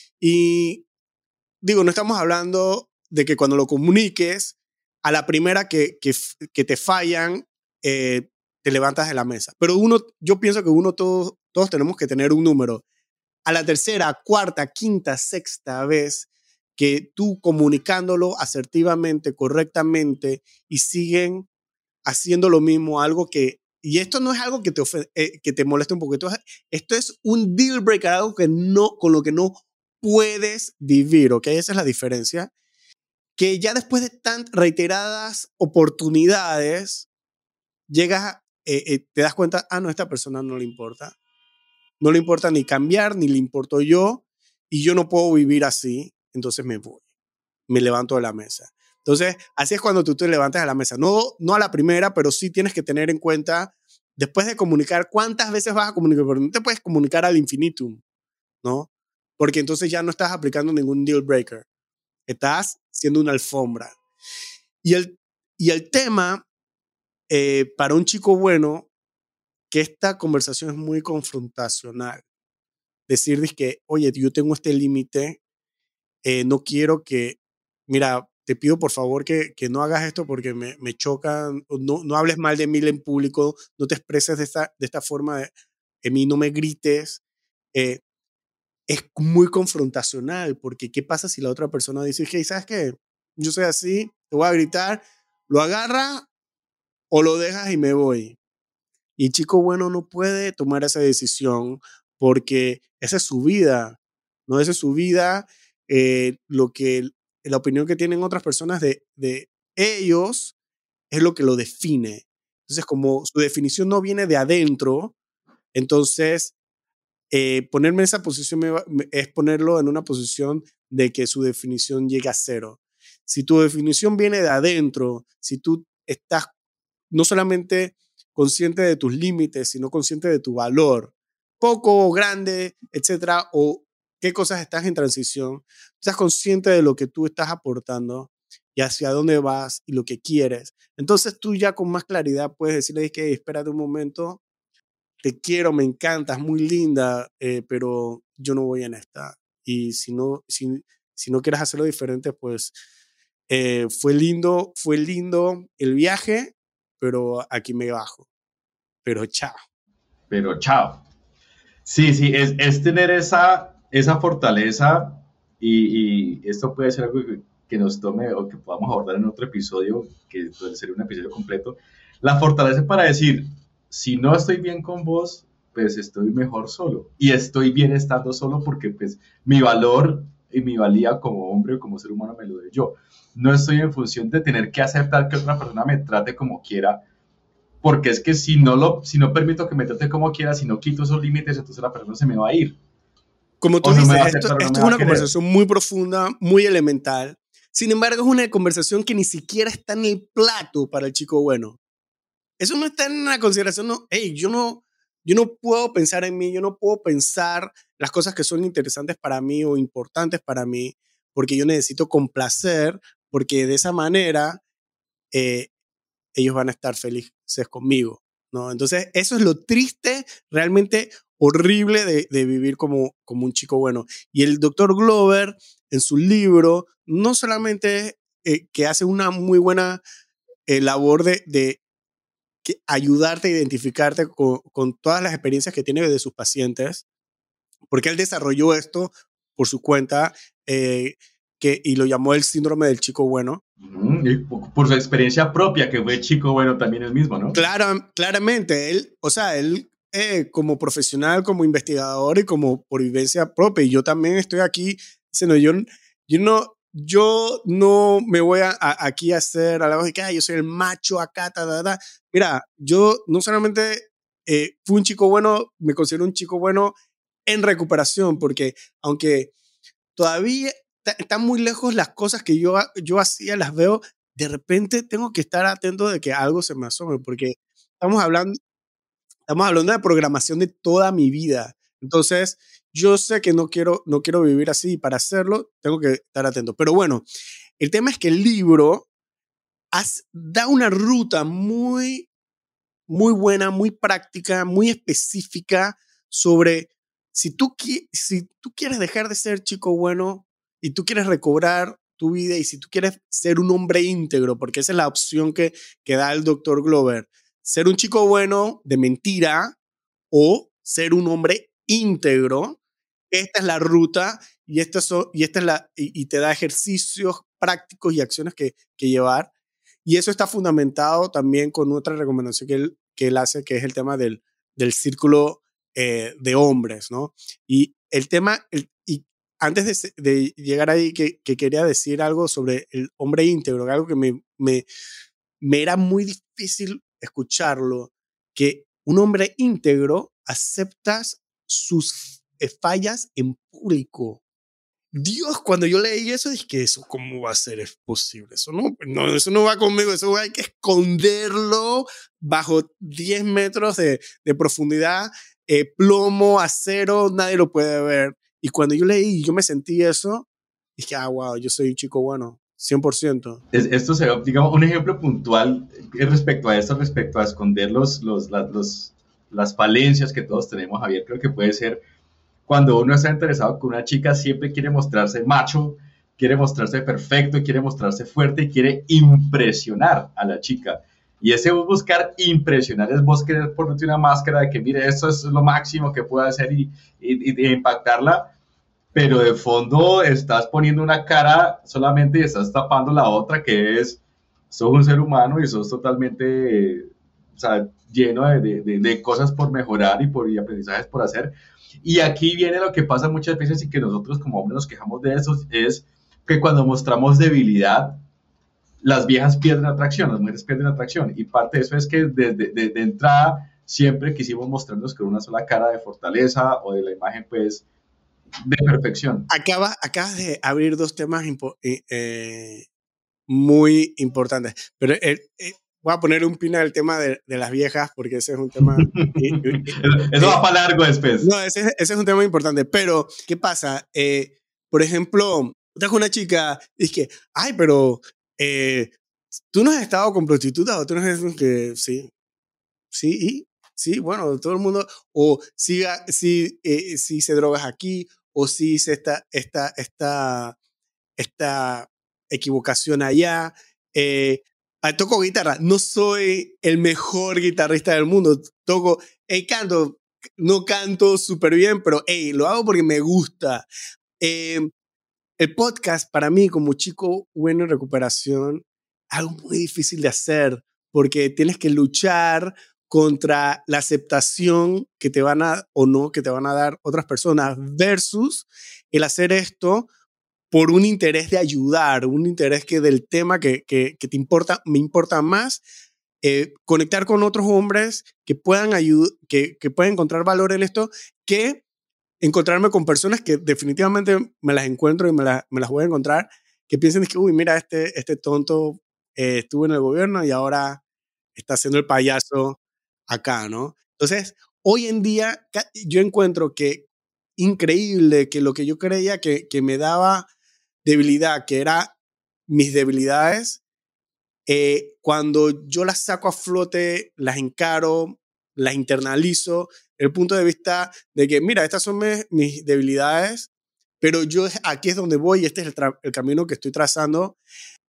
y digo, no estamos hablando de que cuando lo comuniques, a la primera que, que, que te fallan, eh, te levantas de la mesa. Pero uno, yo pienso que uno, todos, todos tenemos que tener un número. A la tercera, cuarta, quinta, sexta vez que tú comunicándolo asertivamente, correctamente, y siguen haciendo lo mismo, algo que, y esto no es algo que te, eh, que te moleste un poquito, esto es un deal breaker, algo que no, con lo que no puedes vivir, ¿ok? Esa es la diferencia. Que ya después de tan reiteradas oportunidades, llegas, eh, eh, te das cuenta, ah, no, a esta persona no le importa. No le importa ni cambiar, ni le importo yo, y yo no puedo vivir así, entonces me voy. Me levanto de la mesa. Entonces, así es cuando tú te levantas de la mesa. No, no a la primera, pero sí tienes que tener en cuenta, después de comunicar, cuántas veces vas a comunicar, pero no te puedes comunicar al infinitum, ¿no? Porque entonces ya no estás aplicando ningún deal breaker. Estás siendo una alfombra. Y el, y el tema, eh, para un chico bueno, que esta conversación es muy confrontacional. Decir que, oye, yo tengo este límite, eh, no quiero que, mira, te pido por favor que, que no hagas esto porque me, me chocan, no, no hables mal de mí en público, no te expreses de esta, de esta forma, de, de mí, no me grites. Eh, es muy confrontacional, porque ¿qué pasa si la otra persona dice, hey, ¿sabes qué? Yo soy así, te voy a gritar, lo agarra o lo dejas y me voy. Y el chico bueno no puede tomar esa decisión porque esa es su vida, ¿no? Esa es su vida, eh, lo que, la opinión que tienen otras personas de, de ellos es lo que lo define. Entonces, como su definición no viene de adentro, entonces eh, ponerme en esa posición me, me, es ponerlo en una posición de que su definición llega a cero. Si tu definición viene de adentro, si tú estás no solamente consciente de tus límites, sino consciente de tu valor, poco o grande, etcétera, o qué cosas estás en transición, estás consciente de lo que tú estás aportando y hacia dónde vas y lo que quieres. Entonces tú ya con más claridad puedes decirle que espérate un momento, te quiero, me encantas, muy linda, eh, pero yo no voy en esta. Y si no, si, si no quieres hacerlo diferente, pues eh, fue lindo, fue lindo el viaje, pero aquí me bajo. Pero chao. Pero chao. Sí, sí, es, es tener esa, esa fortaleza y, y esto puede ser algo que, que nos tome o que podamos abordar en otro episodio, que puede ser un episodio completo. La fortaleza para decir, si no estoy bien con vos, pues estoy mejor solo. Y estoy bien estando solo porque pues mi valor y mi valía como hombre o como ser humano me lo doy yo. No estoy en función de tener que aceptar que otra persona me trate como quiera, porque es que si no, lo, si no permito que me trate como quiera, si no quito esos límites, entonces la persona se me va a ir. Como tú O no me dices, va a esto, aceptar o no esto me es va a una querer. conversación muy profunda, muy elemental. Sin embargo, es una conversación que ni siquiera está en el plato para el chico bueno. Eso no está en la consideración. No, hey, yo no, yo no puedo pensar en mí, yo no puedo pensar las cosas que son interesantes para mí o importantes para mí, porque yo necesito complacer, porque de esa manera eh, ellos van a estar felices conmigo, ¿no? Entonces, eso es lo triste, realmente horrible de, de vivir como, como un chico bueno. Y el doctor Glover, en su libro, no solamente eh, que hace una muy buena eh, labor de, de que ayudarte a identificarte con, con todas las experiencias que tiene de sus pacientes, porque él desarrolló esto por su cuenta eh, que, y lo llamó el síndrome del chico bueno. Mm, y por su experiencia propia, que fue chico bueno también el mismo, ¿no? Claro, claramente, él, o sea, él eh, como profesional, como investigador y como por vivencia propia, y yo también estoy aquí diciendo, yo, yo no, yo no me voy a, a, aquí a hacer a la voz de que ah, yo soy el macho acá, ta, ta, ta. Mira, yo no solamente eh, fui un chico bueno, me considero un chico bueno en recuperación, porque aunque todavía están muy lejos las cosas que yo, yo hacía, las veo, de repente tengo que estar atento de que algo se me asome, porque estamos hablando, estamos hablando de programación de toda mi vida. Entonces, yo sé que no quiero, no quiero vivir así y para hacerlo tengo que estar atento. Pero bueno, el tema es que el libro has, da una ruta muy, muy buena, muy práctica, muy específica sobre si tú, si tú quieres dejar de ser chico bueno y tú quieres recobrar tu vida y si tú quieres ser un hombre íntegro, porque esa es la opción que, que da el doctor Glover, ser un chico bueno de mentira o ser un hombre íntegro, esta es la ruta y esta, so, y, esta es la, y, y te da ejercicios prácticos y acciones que, que llevar. Y eso está fundamentado también con otra recomendación que él, que él hace, que es el tema del, del círculo eh, de hombres, ¿no? Y el tema, el, y antes de, de llegar ahí, que, que, quería decir algo sobre el hombre íntegro, algo que me, me, me era muy difícil escucharlo, que un hombre íntegro aceptas sus fallas en público. Dios, cuando yo leí eso, dije que eso, ¿cómo va a ser es posible? Eso no, no, eso no va conmigo, eso hay que esconderlo bajo diez metros de, de profundidad, eh, plomo, acero, nadie lo puede ver. Y cuando yo leí y yo me sentí eso, dije, ah, wow, yo soy un chico bueno, cien por ciento. Es, esto se ve, digamos, un ejemplo puntual respecto a esto, respecto a esconder los, los, las, los, las falencias que todos tenemos, Javier, creo que puede ser cuando uno está interesado con una chica, siempre quiere mostrarse macho, quiere mostrarse perfecto, quiere mostrarse fuerte y quiere impresionar a la chica. Y ese buscar impresionar es vos querer ponerte una máscara de que, mire, esto es lo máximo que puedo hacer y, y, y impactarla, pero de fondo estás poniendo una cara solamente y estás tapando la otra, que es, sos un ser humano y sos totalmente, eh, o sea, lleno de, de, de, cosas por mejorar y, por, y aprendizajes por hacer. Y aquí viene lo que pasa muchas veces y que nosotros como hombres nos quejamos de eso, es que cuando mostramos debilidad, las viejas pierden atracción, las mujeres pierden atracción. Y parte de eso es que desde de, de entrada siempre quisimos mostrarnos con una sola cara de fortaleza o de la imagen, pues, de perfección. Acaba, acabas de abrir dos temas impo eh, muy importantes, pero eh, eh, voy a poner un pin al tema de, de las viejas porque ese es un tema... eh, eh, Eso va para largo después. No, ese, ese es un tema importante, pero ¿qué pasa? Eh, por ejemplo, trajo una chica y es que, ay, pero eh, tú no has estado con prostitutas o tú no has estado que sí, sí, y sí, bueno, todo el mundo, o si, si, eh, si se drogas aquí, o si se está, esta, esta, esta equivocación allá. Eh, toco guitarra, no soy el mejor guitarrista del mundo, toco, hey, canto, no canto súper bien, pero hey, lo hago porque me gusta. Eh, el podcast para mí como chico bueno en recuperación, algo muy difícil de hacer porque tienes que luchar contra la aceptación que te van a o no que te van a dar otras personas versus el hacer esto por un interés de ayudar, un interés que del tema que, que, que te importa, me importa más, eh, conectar con otros hombres que puedan ayudar, que, que puedan encontrar valor en esto, que encontrarme con personas que definitivamente me las encuentro y me, la, me las voy a encontrar, que piensen que, uy, mira, este, este tonto eh, estuvo en el gobierno y ahora está haciendo el payaso acá, ¿no? Entonces, hoy en día yo encuentro que increíble que lo que yo creía que, que me daba debilidad, que era mis debilidades, eh, cuando yo las saco a flote, las encaro, las internalizo, el punto de vista de que, mira, estas son mis, mis debilidades, pero yo aquí es donde voy y este es el, el camino que estoy trazando,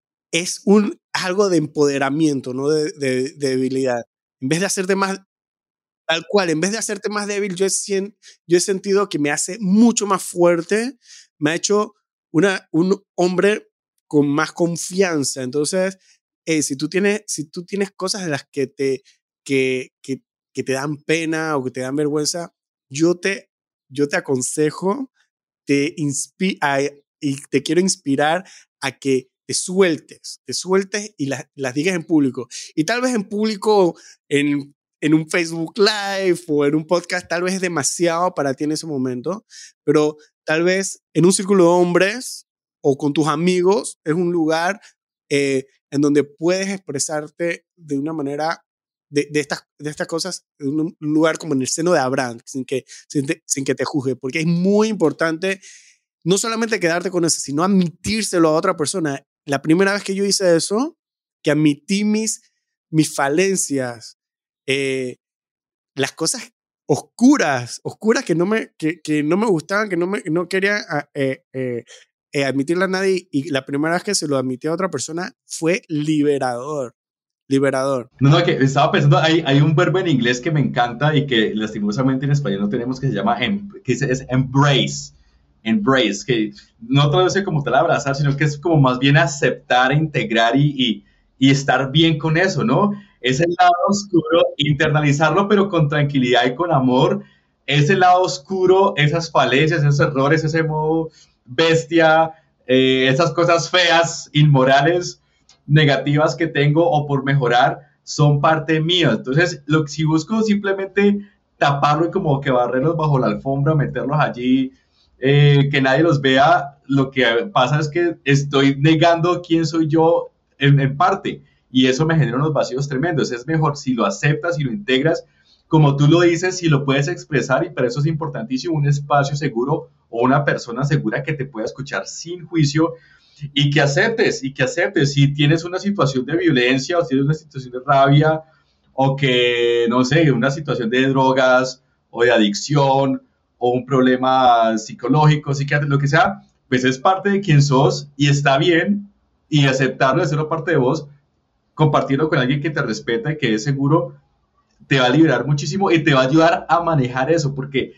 es un, algo de empoderamiento, no de, de, de debilidad. En vez de hacerte más, tal cual, en vez de hacerte más débil, yo he, yo he sentido que me hace mucho más fuerte, me ha hecho una, un hombre con más confianza. Entonces, eh, si, tú tienes, si tú tienes cosas de las que te, que, que, que te dan pena o que te dan vergüenza, yo te, yo te aconsejo, te inspira, y te quiero inspirar a que te sueltes, te sueltes y las, las digas en público. Y tal vez en público, en, en un Facebook Live o en un podcast, tal vez es demasiado para ti en ese momento, pero tal vez en un círculo de hombres o con tus amigos es un lugar eh, en donde puedes expresarte de una manera de, de, estas, de estas cosas, en un lugar como en el seno de Abraham, sin que, sin, te, sin que te juzgue, porque es muy importante no solamente quedarte con eso, sino admitírselo a otra persona. La primera vez que yo hice eso, que admití mis, mis falencias, eh, las cosas oscuras, oscuras que no me, que, que no me gustaban, que no, me, no quería eh, eh, eh, admitirle a nadie, y la primera vez que se lo admití a otra persona fue liberador. Liberador. No, no, que estaba pensando, hay, hay un verbo en inglés que me encanta y que lastimosamente en español no tenemos, que se llama, em, que es, es embrace. Embrace, que no traduce como tal abrazar, sino que es como más bien aceptar, integrar y, y, y estar bien con eso, ¿no? Es el lado oscuro, internalizarlo, pero con tranquilidad y con amor. Es el lado oscuro, esas falencias, esos errores, ese modo bestia, eh, esas cosas feas, inmorales, negativas que tengo o por mejorar, son parte mía. Entonces, lo, si busco simplemente taparlo y como que barrerlos bajo la alfombra, meterlos allí, Eh, que nadie los vea, lo que pasa es que estoy negando quién soy yo en, en parte, y eso me genera unos vacíos tremendos. Es mejor si lo aceptas y lo integras, como tú lo dices, si lo puedes expresar, y para eso es importantísimo un espacio seguro o una persona segura que te pueda escuchar sin juicio, y que aceptes, y que aceptes si tienes una situación de violencia o si tienes una situación de rabia o que, no sé, una situación de drogas o de adicción o un problema psicológico, psiquiátrico, lo que sea, pues es parte de quien sos y está bien, y aceptarlo, hacerlo parte de vos, compartirlo con alguien que te respeta y que es seguro, te va a liberar muchísimo y te va a ayudar a manejar eso, porque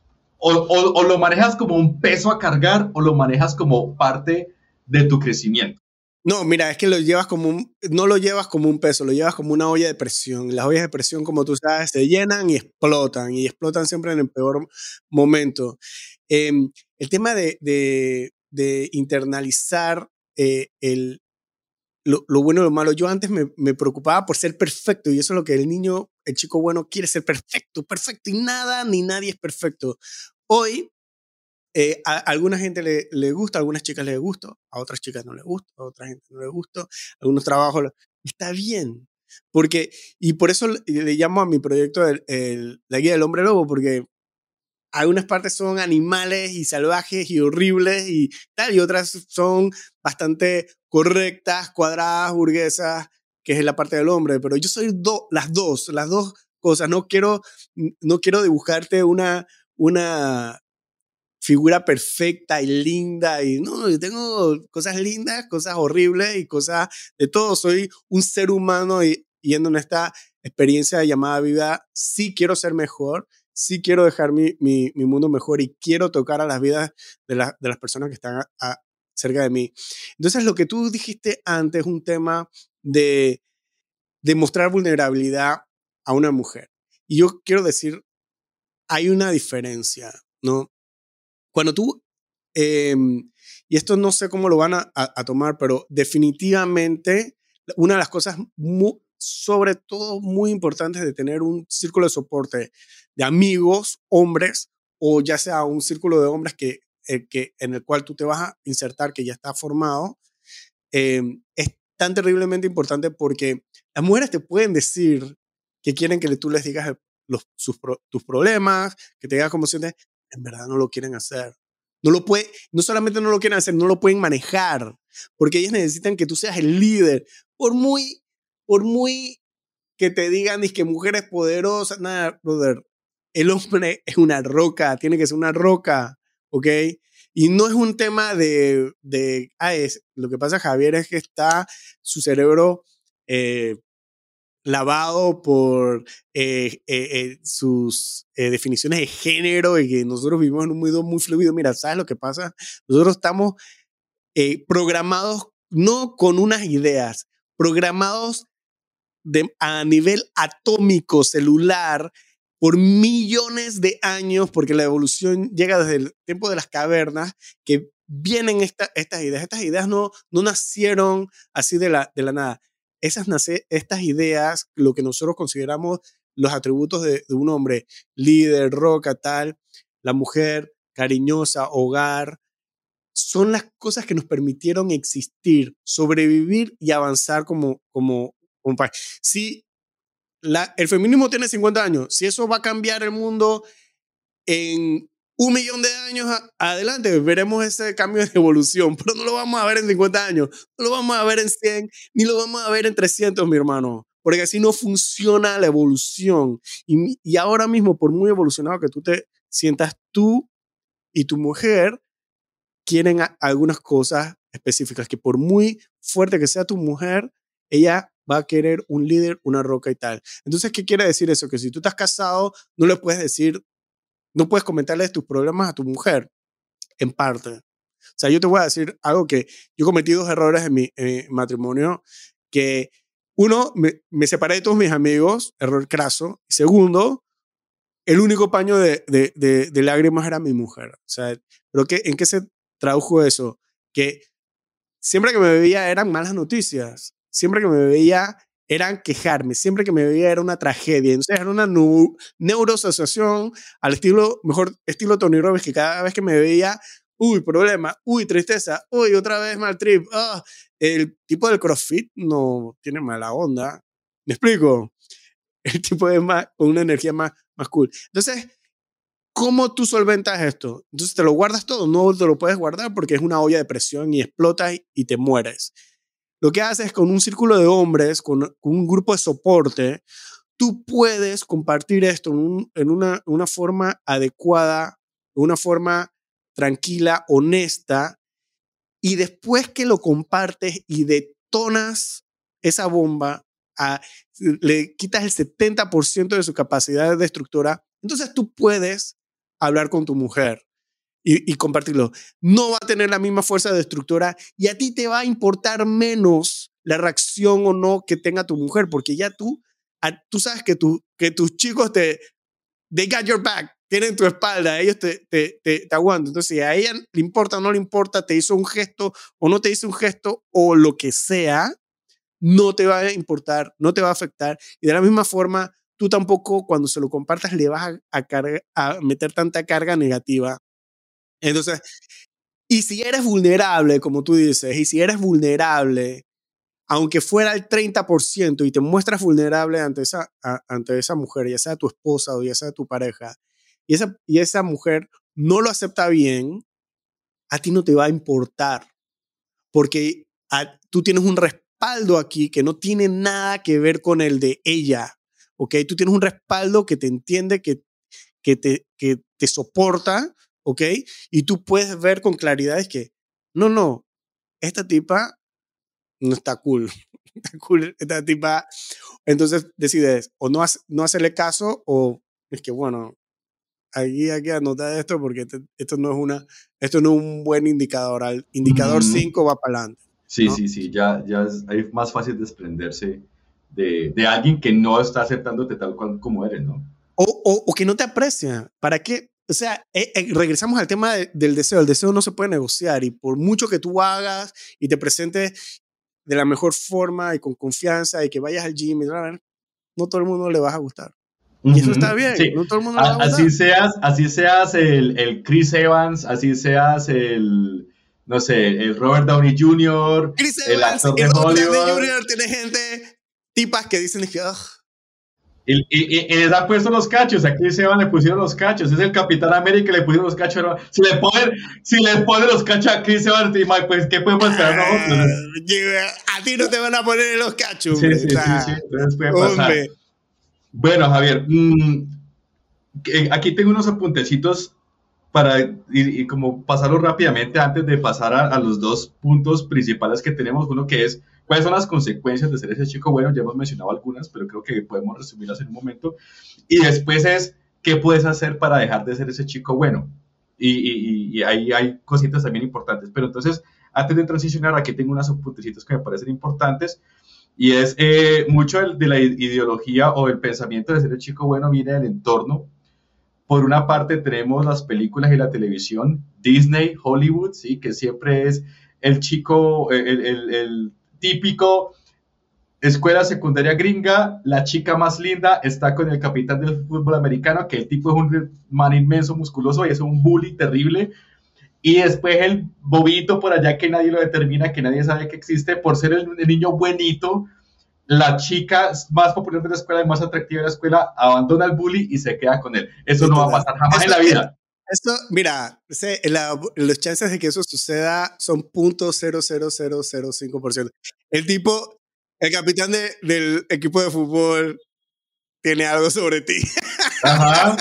o, o, o lo manejas como un peso a cargar o lo manejas como parte de tu crecimiento. No, mira, es que lo llevas como un, no lo llevas como un peso, lo llevas como una olla de presión. Las ollas de presión, como tú sabes, se llenan y explotan, y explotan siempre en el peor momento. Eh, el tema de, de, de internalizar eh, el, lo, lo bueno y lo malo. Yo antes me, me preocupaba por ser perfecto, y eso es lo que el niño, el chico bueno quiere, ser perfecto, perfecto, y nada ni nadie es perfecto. Hoy, Eh, a, a alguna gente le, le gusta, a algunas chicas les gusta, a otras chicas no les gusta, a otra gente no les gusta, algunos trabajos, está bien, porque, y por eso le, le llamo a mi proyecto el, el, la guía del hombre lobo, porque algunas partes son animales y salvajes y horribles y tal, y otras son bastante correctas, cuadradas, burguesas, que es la parte del hombre, pero yo soy do, las dos, las dos cosas. No quiero, no quiero dibujarte una, una figura perfecta y linda, y no, yo tengo cosas lindas, cosas horribles y cosas de todo. Soy un ser humano y yendo en esta experiencia llamada vida. Sí quiero ser mejor, sí quiero dejar mi, mi, mi mundo mejor y quiero tocar a las vidas de, la, de las personas que están a, a, cerca de mí. Entonces, lo que tú dijiste antes es un tema de, de mostrar vulnerabilidad a una mujer. Y yo quiero decir, hay una diferencia, ¿no? Cuando tú, eh, y esto no sé cómo lo van a, a, a tomar, pero definitivamente una de las cosas muy, sobre todo muy importantes de tener un círculo de soporte de amigos, hombres, o ya sea un círculo de hombres que, eh, que, en el cual tú te vas a insertar, que ya está formado, eh, es tan terriblemente importante porque las mujeres te pueden decir que quieren que tú les digas los, sus, tus problemas, que te digas cómo sientes, en verdad no lo quieren hacer. No lo puede, no solamente no lo quieren hacer, no lo pueden manejar, porque ellas necesitan que tú seas el líder. Por muy, por muy que te digan es que mujeres poderosas, nada, brother, el hombre es una roca, tiene que ser una roca, ¿ok? Y no es un tema de, de ah, es, lo que pasa, Javier, es que está su cerebro eh, lavado por eh, eh, eh, sus eh, definiciones de género y que nosotros vivimos en un mundo muy fluido. Mira, ¿sabes lo que pasa? Nosotros estamos eh, programados no con unas ideas, programados de, a nivel atómico, celular, por millones de años, porque la evolución llega desde el tiempo de las cavernas, que vienen esta, estas ideas. Estas ideas no, no nacieron así de la, de la nada. Esas nace, estas ideas, lo que nosotros consideramos los atributos de, de un hombre, líder, roca, tal, la mujer, cariñosa, hogar, son las cosas que nos permitieron existir, sobrevivir y avanzar como, como, como país. Si la, el feminismo tiene cincuenta años, si eso va a cambiar el mundo en un millón de años a, adelante, veremos ese cambio de evolución, pero no lo vamos a ver en cincuenta años, no lo vamos a ver en cien, ni lo vamos a ver en trescientos, mi hermano, porque así no funciona la evolución. Y, y ahora mismo, por muy evolucionado que tú te sientas, tú y tu mujer quieren a, algunas cosas específicas, que por muy fuerte que sea tu mujer, ella va a querer un líder, una roca y tal. Entonces, ¿qué quiere decir eso? Que si tú estás casado, no le puedes decir, no puedes comentarle tus problemas a tu mujer, en parte. O sea, yo te voy a decir algo que yo cometí dos errores en mi, en mi matrimonio, que uno, me, me separé de todos mis amigos, error craso. Y segundo, el único paño de, de, de, de lágrimas era mi mujer. O sea, ¿pero qué, en qué se tradujo eso? Que siempre que me veía eran malas noticias, siempre que me veía eran quejarme, siempre que me veía era una tragedia. Entonces era una nu- neuroasociación al estilo, mejor estilo Tony Robbins, que cada vez que me veía, uy, problema, uy, tristeza, uy, otra vez mal trip. Ah, el tipo del CrossFit no tiene mala onda. ¿Me explico? El tipo es más, con una energía más, más cool. Entonces, ¿cómo tú solventas esto? Entonces, ¿te lo guardas todo? No te lo puedes guardar porque es una olla de presión y explotas y, y te mueres. Lo que haces es con un círculo de hombres, con, con un grupo de soporte, tú puedes compartir esto en, un, en una, una forma adecuada, una forma tranquila, honesta, y después que lo compartes y detonas esa bomba, a, le quitas el setenta por ciento de su capacidad destructora, entonces tú puedes hablar con tu mujer y, y compartirlo. No va a tener la misma fuerza destructora y a ti te va a importar menos la reacción o no que tenga tu mujer, porque ya tú, a, tú sabes que, tu, que tus chicos te, they got your back, tienen tu espalda, ellos te, te, te, te aguantan. Entonces, si a ella le importa o no le importa, te hizo un gesto o no te hizo un gesto o lo que sea, no te va a importar, no te va a afectar. Y de la misma forma, tú tampoco cuando se lo compartas le vas a, a, carga, a meter tanta carga negativa. Entonces, y si eres vulnerable, como tú dices, y si eres vulnerable, aunque fuera el treinta por ciento y te muestras vulnerable ante esa, a, ante esa mujer, ya sea tu esposa o ya sea tu pareja, y esa, y esa mujer no lo acepta bien, a ti no te va a importar, porque a, tú tienes un respaldo aquí que no tiene nada que ver con el de ella, ¿ok? Tú tienes un respaldo que te entiende, que, que, te, que te soporta, ¿ok? Y tú puedes ver con claridad es que, no, no, esta tipa no está cool. Está cool esta tipa. Entonces decides o no, no hacerle caso o es que, bueno, aquí hay que anotar esto porque este, esto no es una, esto no es un buen indicador. Al indicador cinco va para adelante. Sí, ¿no? sí, sí, ya, ya es, es más fácil desprenderse de, de alguien que no está aceptándote tal cual como eres, ¿no? O, o, o que no te aprecia. ¿Para qué? O sea, eh, eh, regresamos al tema de, del deseo. El deseo no se puede negociar y por mucho que tú hagas y te presentes de la mejor forma y con confianza y que vayas al gym, y bla, bla, no todo el mundo le vas a gustar. Y uh-huh. Eso está bien, sí. no todo el mundo le va a gustar. Así seas, así seas el, el Chris Evans, así seas el, no sé, el Robert Downey junior, Chris el Evans, actor de el Hollywood. Downey junior tiene gente, tipas que dicen que... Oh. Y, y, y les han puesto los cachos, a Chris Evans le pusieron los cachos, es el Capitán América, le pusieron los cachos. Si le ponen, si le ponen los cachos a Chris Evans, pues ¿qué podemos esperar nosotros? A ti no te van a poner los cachos. Sí, sí, sí, sí, entonces puede pasar. Hombre. Bueno, Javier, mmm, aquí tengo unos apuntecitos para ir, y como pasarlo rápidamente antes de pasar a, a los dos puntos principales que tenemos. Uno que es, ¿cuáles son las consecuencias de ser ese chico bueno? Ya hemos mencionado algunas, pero creo que podemos resumirlas en un momento. Y después es, ¿qué puedes hacer para dejar de ser ese chico bueno? Y, y, y ahí hay cositas también importantes. Pero entonces, antes de transicionar, aquí tengo unos apuntecitos que me parecen importantes. Y es, eh, mucho de, de la ideología o el pensamiento de ser el chico bueno viene del entorno. Por una parte tenemos las películas y la televisión, Disney, Hollywood, ¿sí? Que siempre es el chico, el, el, el típico escuela secundaria gringa, la chica más linda está con el capitán del fútbol americano, que el tipo es un man inmenso, musculoso y es un bully terrible. Y después el bobito por allá que nadie lo determina, que nadie sabe que existe, por ser el, el niño buenito, la chica más popular de la escuela y más atractiva de la escuela abandona al bully y se queda con él. Eso no va a pasar jamás en la vida. Esto, mira, la, los chances de que eso suceda son cero punto cero cero cero cero cinco por ciento. El tipo, el capitán de, del equipo de fútbol tiene algo sobre ti. Ajá.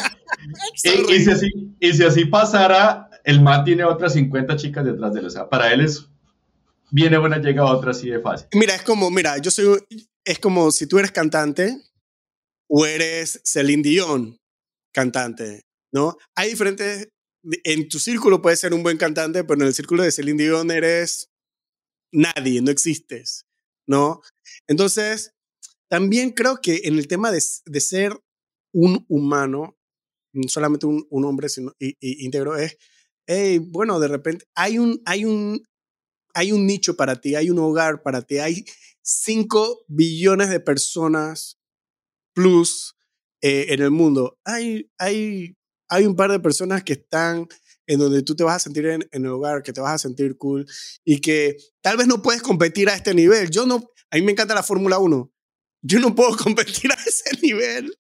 y, y, si así, y si así pasara, el man tiene otras cincuenta chicas detrás de él. O sea, para él es, viene una, llega otra así de fácil. Mira, es como, mira, yo soy... Es como si tú eres cantante o eres Celine Dion, cantante, ¿no? Hay diferentes... En tu círculo puedes ser un buen cantante, pero en el círculo de Celine Dion eres nadie, no existes, ¿no? Entonces, también creo que en el tema de, de ser un humano, no solamente un, un hombre sino, y, y, íntegro, es, hey, bueno, de repente hay un, hay, un, hay un nicho para ti, hay un hogar para ti, hay cinco billones de personas plus eh, en el mundo. Hay, hay, hay un par de personas que están en donde tú te vas a sentir en, en el hogar, que te vas a sentir cool y que tal vez no puedes competir a este nivel. Yo no, a mí me encanta la Fórmula uno. Yo no puedo competir a ese nivel.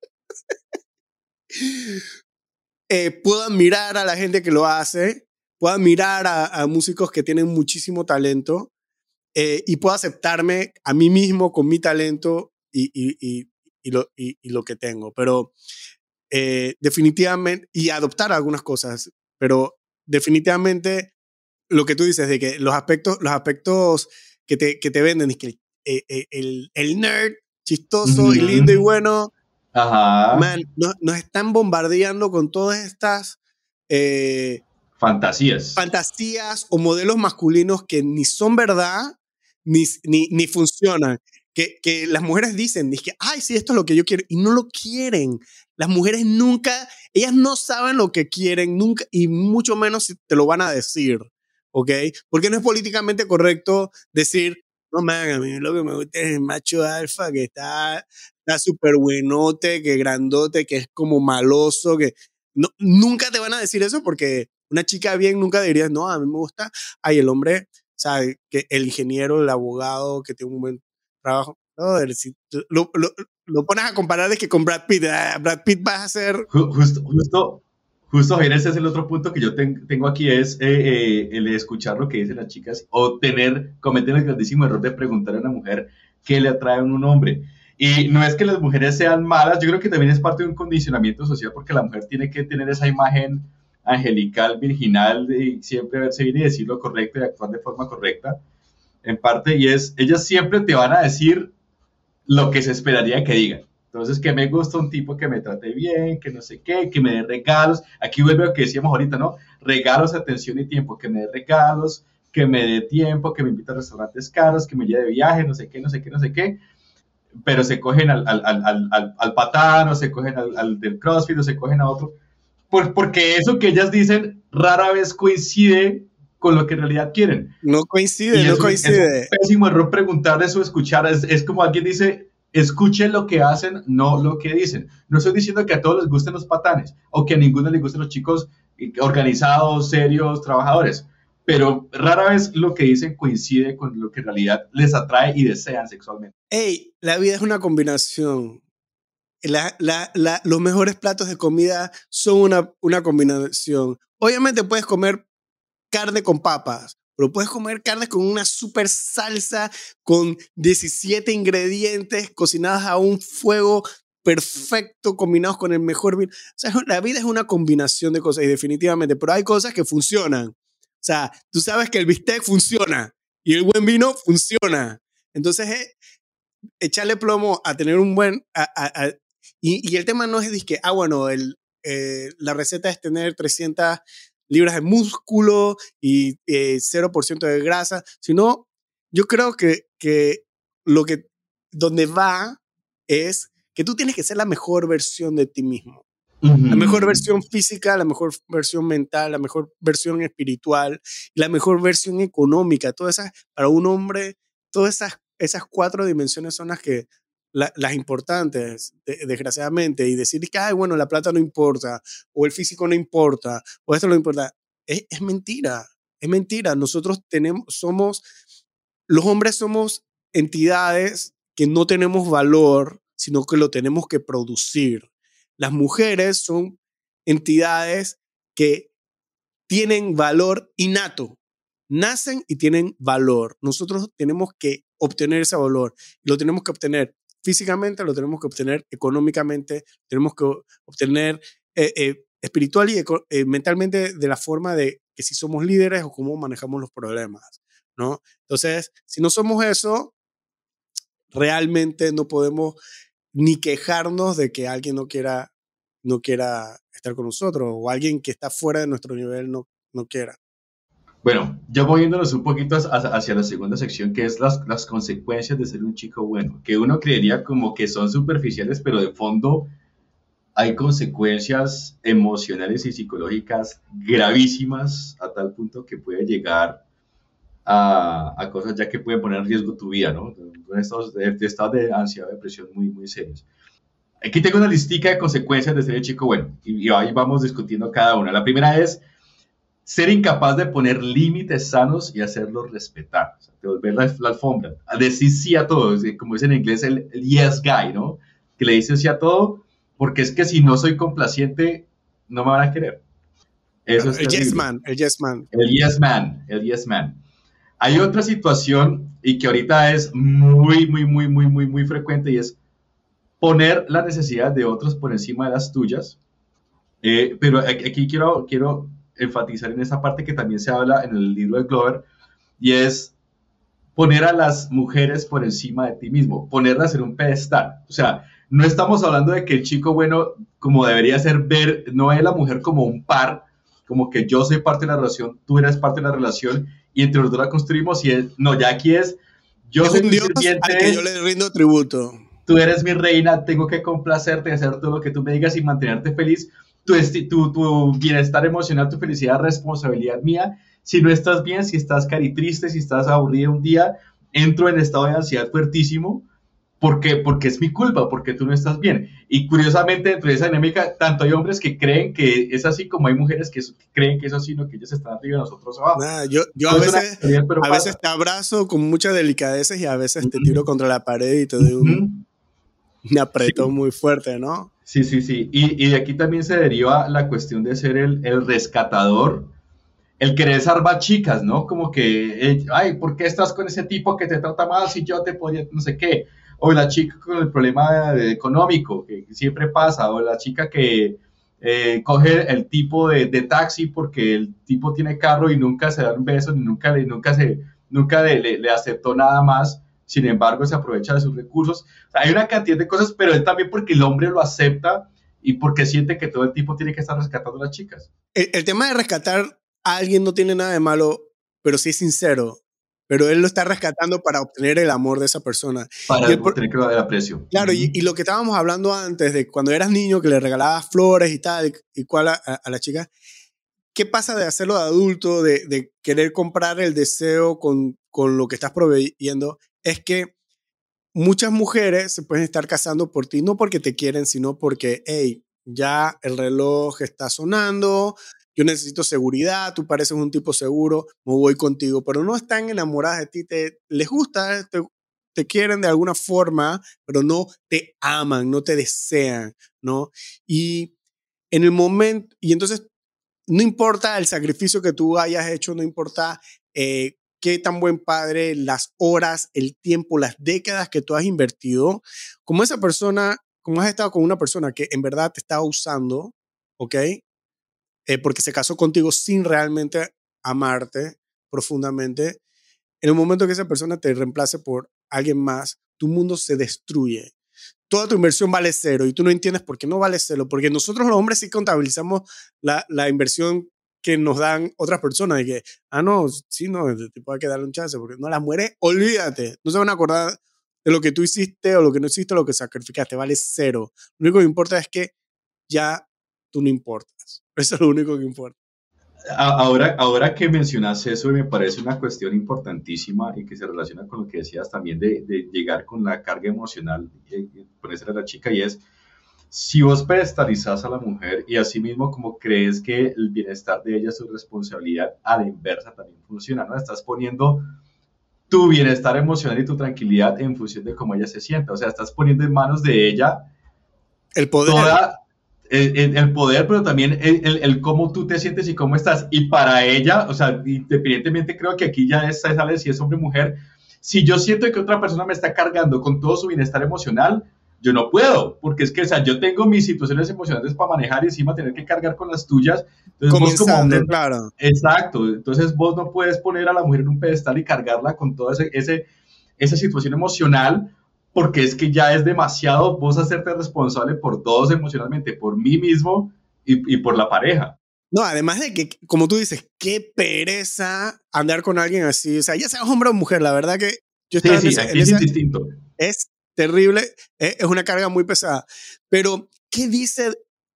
eh, puedo admirar a la gente que lo hace, puedo admirar a, a músicos que tienen muchísimo talento. Eh, y puedo aceptarme a mí mismo con mi talento y, y, y, y, lo, y, y lo que tengo. Pero eh, definitivamente, y adoptar algunas cosas, pero definitivamente lo que tú dices de que los aspectos, los aspectos que, te, que te venden es que eh, eh, el, el nerd chistoso mm-hmm. y lindo y bueno, Ajá. man, nos, nos están bombardeando con todas estas... Eh, fantasías. Fantasías o modelos masculinos que ni son verdad, Ni, ni, ni funcionan, que, que las mujeres dicen, que, ay, sí, esto es lo que yo quiero, y no lo quieren. Las mujeres nunca, ellas no saben lo que quieren, nunca, y mucho menos si te lo van a decir, ¿ok? Porque no es políticamente correcto decir, no, man, a mí lo que me gusta es el macho alfa, que está súper buenote, que grandote, que es como maloso, que... No, nunca te van a decir eso porque una chica bien nunca diría, no, a mí me gusta, ay, el hombre... O sea, que el ingeniero, el abogado, que tiene un buen trabajo. No, si lo, lo, lo pones a comparar es que con Brad Pitt, ah, Brad Pitt vas a ser... Justo, justo, justo, Javier, ese es el otro punto que yo ten, tengo aquí, es eh, eh, el de escuchar lo que dicen las chicas o tener, cometer el grandísimo error de preguntar a una mujer qué le atrae a un hombre. Y no es que las mujeres sean malas, yo creo que también es parte de un condicionamiento social porque la mujer tiene que tener esa imagen angelical, virginal, de siempre verse bien y decir lo correcto y actuar de forma correcta, en parte, y es, ellas siempre te van a decir lo que se esperaría que digan. Entonces, que me gusta un tipo que me trate bien, que no sé qué, que me dé regalos. Aquí vuelve a lo que decíamos ahorita, ¿no? Regalos, atención y tiempo, que me dé regalos, que me dé tiempo, que me invite a restaurantes caros, que me lleve de viaje, no sé qué, no sé qué, no sé qué. Pero se cogen al, al, al, al, al patán, o se cogen al, al del CrossFit, o se cogen a otro. Por, porque eso que ellas dicen rara vez coincide con lo que en realidad quieren. No coincide, y no es un, coincide. Es un pésimo error preguntarles o escuchar. Es, es como alguien dice, escuchen lo que hacen, no lo que dicen. No estoy diciendo que a todos les gusten los patanes o que a ninguno les gusten los chicos organizados, serios, trabajadores. Pero rara vez lo que dicen coincide con lo que en realidad les atrae y desean sexualmente. Hey, la vida es una combinación. La, la, la, los mejores platos de comida son una, una combinación. Obviamente puedes comer carne con papas, pero puedes comer carne con una super salsa, con diecisiete ingredientes cocinados a un fuego perfecto, combinados con el mejor vino. O sea, la vida es una combinación de cosas y definitivamente, pero hay cosas que funcionan. O sea, tú sabes que el bistec funciona y el buen vino funciona. Entonces, eh, echarle plomo a tener un buen... A, a, a, y, y el tema no es que, ah, bueno, el, eh, la receta es tener trescientas libras de músculo y eh, cero por ciento de grasa, sino yo creo que, que lo que donde va es que tú tienes que ser la mejor versión de ti mismo. Uh-huh. La mejor versión física, la mejor versión mental, la mejor versión espiritual, la mejor versión económica. Todas esas, para un hombre, todas esas, esas cuatro dimensiones son las que La, las importantes, de, desgraciadamente, y decir que, ay, bueno, la plata no importa, o el físico no importa, o esto no importa, es, es mentira, es mentira. Nosotros tenemos, somos, los hombres somos entidades que no tenemos valor, sino que lo tenemos que producir. Las mujeres son entidades que tienen valor innato, nacen y tienen valor. Nosotros tenemos que obtener ese valor, lo tenemos que obtener físicamente, lo tenemos que obtener económicamente, tenemos que obtener eh, eh, espiritual y eh, mentalmente de la forma de que si somos líderes o cómo manejamos los problemas, ¿no? Entonces, si no somos eso, realmente no podemos ni quejarnos de que alguien no quiera, no quiera estar con nosotros o alguien que está fuera de nuestro nivel no, no quiera. Bueno, ya moviéndonos un poquito hacia la segunda sección, que es las, las consecuencias de ser un chico bueno, que uno creería como que son superficiales, pero de fondo hay consecuencias emocionales y psicológicas gravísimas a tal punto que puede llegar a, a cosas ya que pueden poner en riesgo tu vida, ¿no? De estados de, de, estados de ansiedad o depresión muy, muy serios. Aquí tengo una listica de consecuencias de ser un chico bueno y, y ahí vamos discutiendo cada una. La primera es ser incapaz de poner límites sanos y hacerlos respetar, o sea, devolver la, la alfombra, a decir sí a todo, como dice en inglés el, el yes guy, ¿no? Que le dice sí a todo, porque es que si no soy complaciente, no me van a querer. Eso es el yes man, el yes man. El yes man, el yes man. Hay otra situación, y que ahorita es muy, muy, muy, muy, muy, muy frecuente, y es poner las necesidades de otros por encima de las tuyas. Eh, pero aquí quiero... quiero enfatizar en esta parte que también se habla en el libro de Glover, y es poner a las mujeres por encima de ti mismo, ponerlas en un pedestal. O sea, no estamos hablando de que el chico bueno, como debería ser, ver, no es la mujer como un par, como que yo soy parte de la relación, tú eres parte de la relación, y entre los dos la construimos, y es, no, ya aquí es, yo es soy un tu Dios sirviente, al que yo le rindo tributo. Tú eres mi reina, tengo que complacerte, hacer todo lo que tú me digas y mantenerte feliz. Tu, tu, tu bienestar emocional, tu felicidad, responsabilidad mía. Si no estás bien, si estás cari triste, si estás aburrida un día, entro en estado de ansiedad fuertísimo. ¿Por qué? Porque es mi culpa, porque tú no estás bien. Y curiosamente, dentro de esa dinámica, tanto hay hombres que creen que es así, como hay mujeres que creen que es así, no que ellos están arriba y nosotros abajo. Nah, yo yo a, veces, teoría, a veces te abrazo con mucha delicadeza y a veces uh-huh. te tiro contra la pared y te doy un, uh-huh. un apretón sí. muy fuerte, ¿no? Sí, sí, sí. Y, y de aquí también se deriva la cuestión de ser el, el rescatador, el querer salvar chicas, ¿no? Como que, eh, ay, ¿por qué estás con ese tipo que te trata mal si yo te podría, no sé qué? O la chica con el problema económico, que siempre pasa, o la chica que eh, coge el tipo de, de taxi porque el tipo tiene carro y nunca se da un beso, ni nunca, le, nunca, se, nunca le, le, le aceptó nada más, sin embargo se aprovecha de sus recursos. O sea, hay una cantidad de cosas, pero es también porque el hombre lo acepta y porque siente que todo el tiempo tiene que estar rescatando a las chicas. El, el tema de rescatar a alguien no tiene nada de malo, pero sí es sincero. Pero él lo está rescatando para obtener el amor de esa persona. Para y el, obtener el aprecio. Claro, uh-huh. y, y lo que estábamos hablando antes de cuando eras niño, que le regalabas flores y tal, y, y cual a, a, a la chica, ¿qué pasa de hacerlo de adulto, de, de querer comprar el deseo con, con lo que estás proveyendo? Es que muchas mujeres se pueden estar casando por ti, no porque te quieren, sino porque, hey, ya el reloj está sonando, yo necesito seguridad, tú pareces un tipo seguro, me voy contigo, pero no están enamoradas de ti, te, les gusta, te, te quieren de alguna forma, pero no te aman, no te desean, ¿no? Y en el momento, y entonces no importa el sacrificio que tú hayas hecho, no importa eh, qué tan buen padre, las horas, el tiempo, las décadas que tú has invertido, como esa persona, como has estado con una persona que en verdad te está usando, ¿ok? Eh, porque se casó contigo sin realmente amarte profundamente, en el momento que esa persona te reemplace por alguien más, tu mundo se destruye. Toda tu inversión vale cero y tú no entiendes por qué no vale cero, porque nosotros los hombres sí contabilizamos la, la inversión que nos dan otras personas, de que, ah, no, sí, no, el tipo hay que darle un chance, porque no, las mujeres, olvídate, no se van a acordar de lo que tú hiciste o lo que no hiciste o lo que sacrificaste, vale cero. Lo único que importa es que ya tú no importas. Eso es lo único que importa. Ahora, ahora que mencionas eso, me parece una cuestión importantísima y que se relaciona con lo que decías también de, de llegar con la carga emocional y ponerse a la chica, y es, si vos pedestalizás a la mujer y asimismo como crees que el bienestar de ella es su responsabilidad, a la inversa también funciona, ¿no? Estás poniendo tu bienestar emocional y tu tranquilidad en función de cómo ella se sienta, o sea, estás poniendo en manos de ella el poder. Toda, el, el poder, pero también el, el, el cómo tú te sientes y cómo estás. Y para ella, o sea, independientemente, creo que aquí ya es, sale si es hombre o mujer. Si yo siento que otra persona me está cargando con todo su bienestar emocional, yo no puedo, porque es que, o sea, yo tengo mis situaciones emocionales para manejar y encima tener que cargar con las tuyas. Entonces, vos como hombre, claro. Exacto. Entonces, vos no puedes poner a la mujer en un pedestal y cargarla con toda ese, ese, esa situación emocional, porque es que ya es demasiado vos hacerte responsable por todos emocionalmente, por mí mismo y, y por la pareja. No, además de que, como tú dices, qué pereza andar con alguien así, o sea, ya sea hombre o mujer, la verdad que yo estaba sí, en sí, esa, aquí en es esa, distinto. Es terrible, es, es una carga muy pesada, pero ¿qué dice,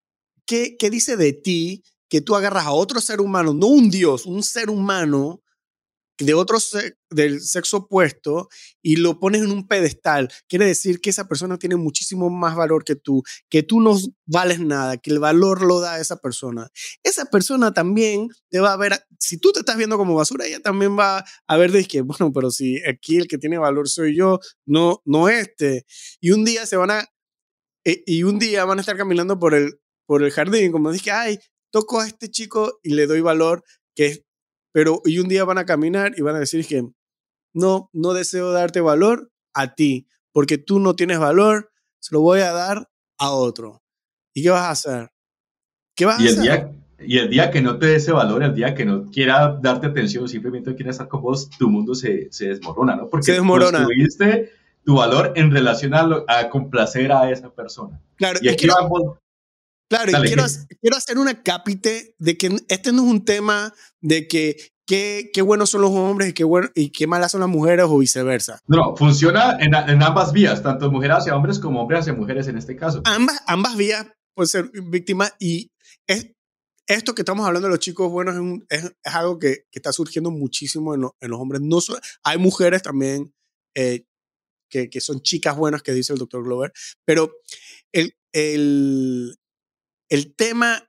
qué, qué dice de ti que tú agarras a otro ser humano, no un dios, un ser humano de otro se del sexo opuesto y lo pones en un pedestal? Quiere decir que esa persona tiene muchísimo más valor que tú, que tú no vales nada, que el valor lo da a esa persona. Esa persona también te va a ver, si tú te estás viendo como basura, ella también va a ver de que, bueno, pero si aquí el que tiene valor soy yo, no, no este. Y un día se van a, y un día van a estar caminando por el, por el jardín, como dije, ay, toco a este chico y le doy valor, que es, pero y un día van a caminar y van a decir que no, no deseo darte valor a ti, porque tú no tienes valor, se lo voy a dar a otro. ¿Y qué vas a hacer? ¿Qué vas y a el hacer? Día, y el día que no te dé ese valor, el día que no quiera darte atención, simplemente quiera estar con vos, tu mundo se, se desmorona, ¿no? Porque se desmorona. construiste tu valor en relación a, lo, a complacer a esa persona. Claro, y aquí y quiero, vamos... Claro, Dale, y quiero, quiero hacer una cápite de que este no es un tema de que qué, qué buenos son los hombres y qué, bueno, y qué malas son las mujeres o viceversa. No, funciona en, en ambas vías, tanto mujeres hacia hombres como hombres hacia mujeres en este caso. Ambas, ambas vías pueden ser víctimas y es, esto que estamos hablando de los chicos buenos es, un, es, es algo que, que está surgiendo muchísimo en, lo, en los hombres. No so, hay mujeres también eh, que, que son chicas buenas, que dice el doctor Glover, pero el, el, el tema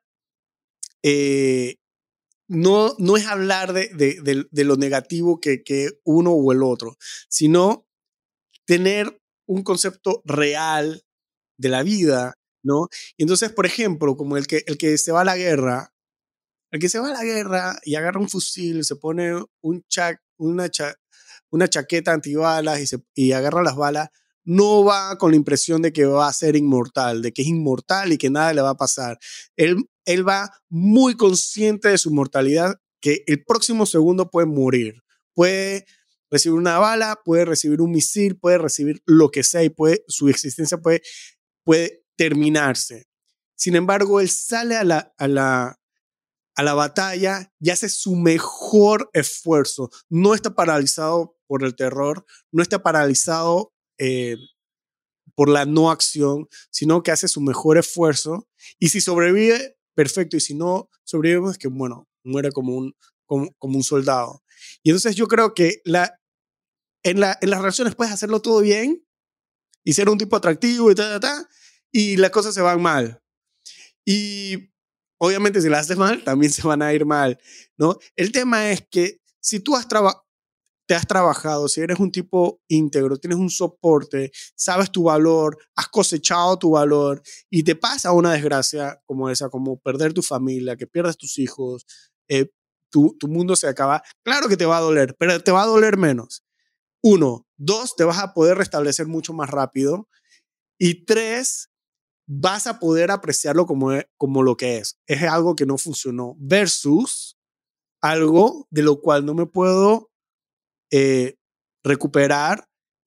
eh, no, no es hablar de, de, de, de lo negativo que, que uno o el otro, sino tener un concepto real de la vida, ¿no? Y entonces, por ejemplo, como el que, el que se va a la guerra, el que se va a la guerra y agarra un fusil, se pone un cha, una, cha, una chaqueta antibalas y, se, y agarra las balas, no va con la impresión de que va a ser inmortal, de que es inmortal y que nada le va a pasar. Él, él va muy consciente de su mortalidad, que el próximo segundo puede morir, puede recibir una bala, puede recibir un misil, puede recibir lo que sea y puede, su existencia puede, puede terminarse. Sin embargo, él sale a la, a la, a la batalla y hace su mejor esfuerzo. No está paralizado por el terror, no está paralizado eh, por la no acción, sino que hace su mejor esfuerzo. Y si sobrevive, perfecto. Y si no sobrevive, es que, bueno, muere como un, como, como un soldado. Y entonces yo creo que la, en, la, en las relaciones puedes hacerlo todo bien y ser un tipo atractivo y ta, ta, ta, y las cosas se van mal. Y obviamente si las haces mal, también se van a ir mal, ¿no? El tema es que si tú has traba- te has trabajado, si eres un tipo íntegro, tienes un soporte, sabes tu valor, has cosechado tu valor y te pasa una desgracia como esa, como perder tu familia, que pierdas tus hijos, eh, tu, tu mundo se acaba, claro que te va a doler, pero te va a doler menos. Uno. Dos, te vas a poder restablecer mucho más rápido. Y tres, vas a poder apreciarlo como, como lo que es. Es algo que no funcionó versus algo de lo cual no me puedo eh, recuperar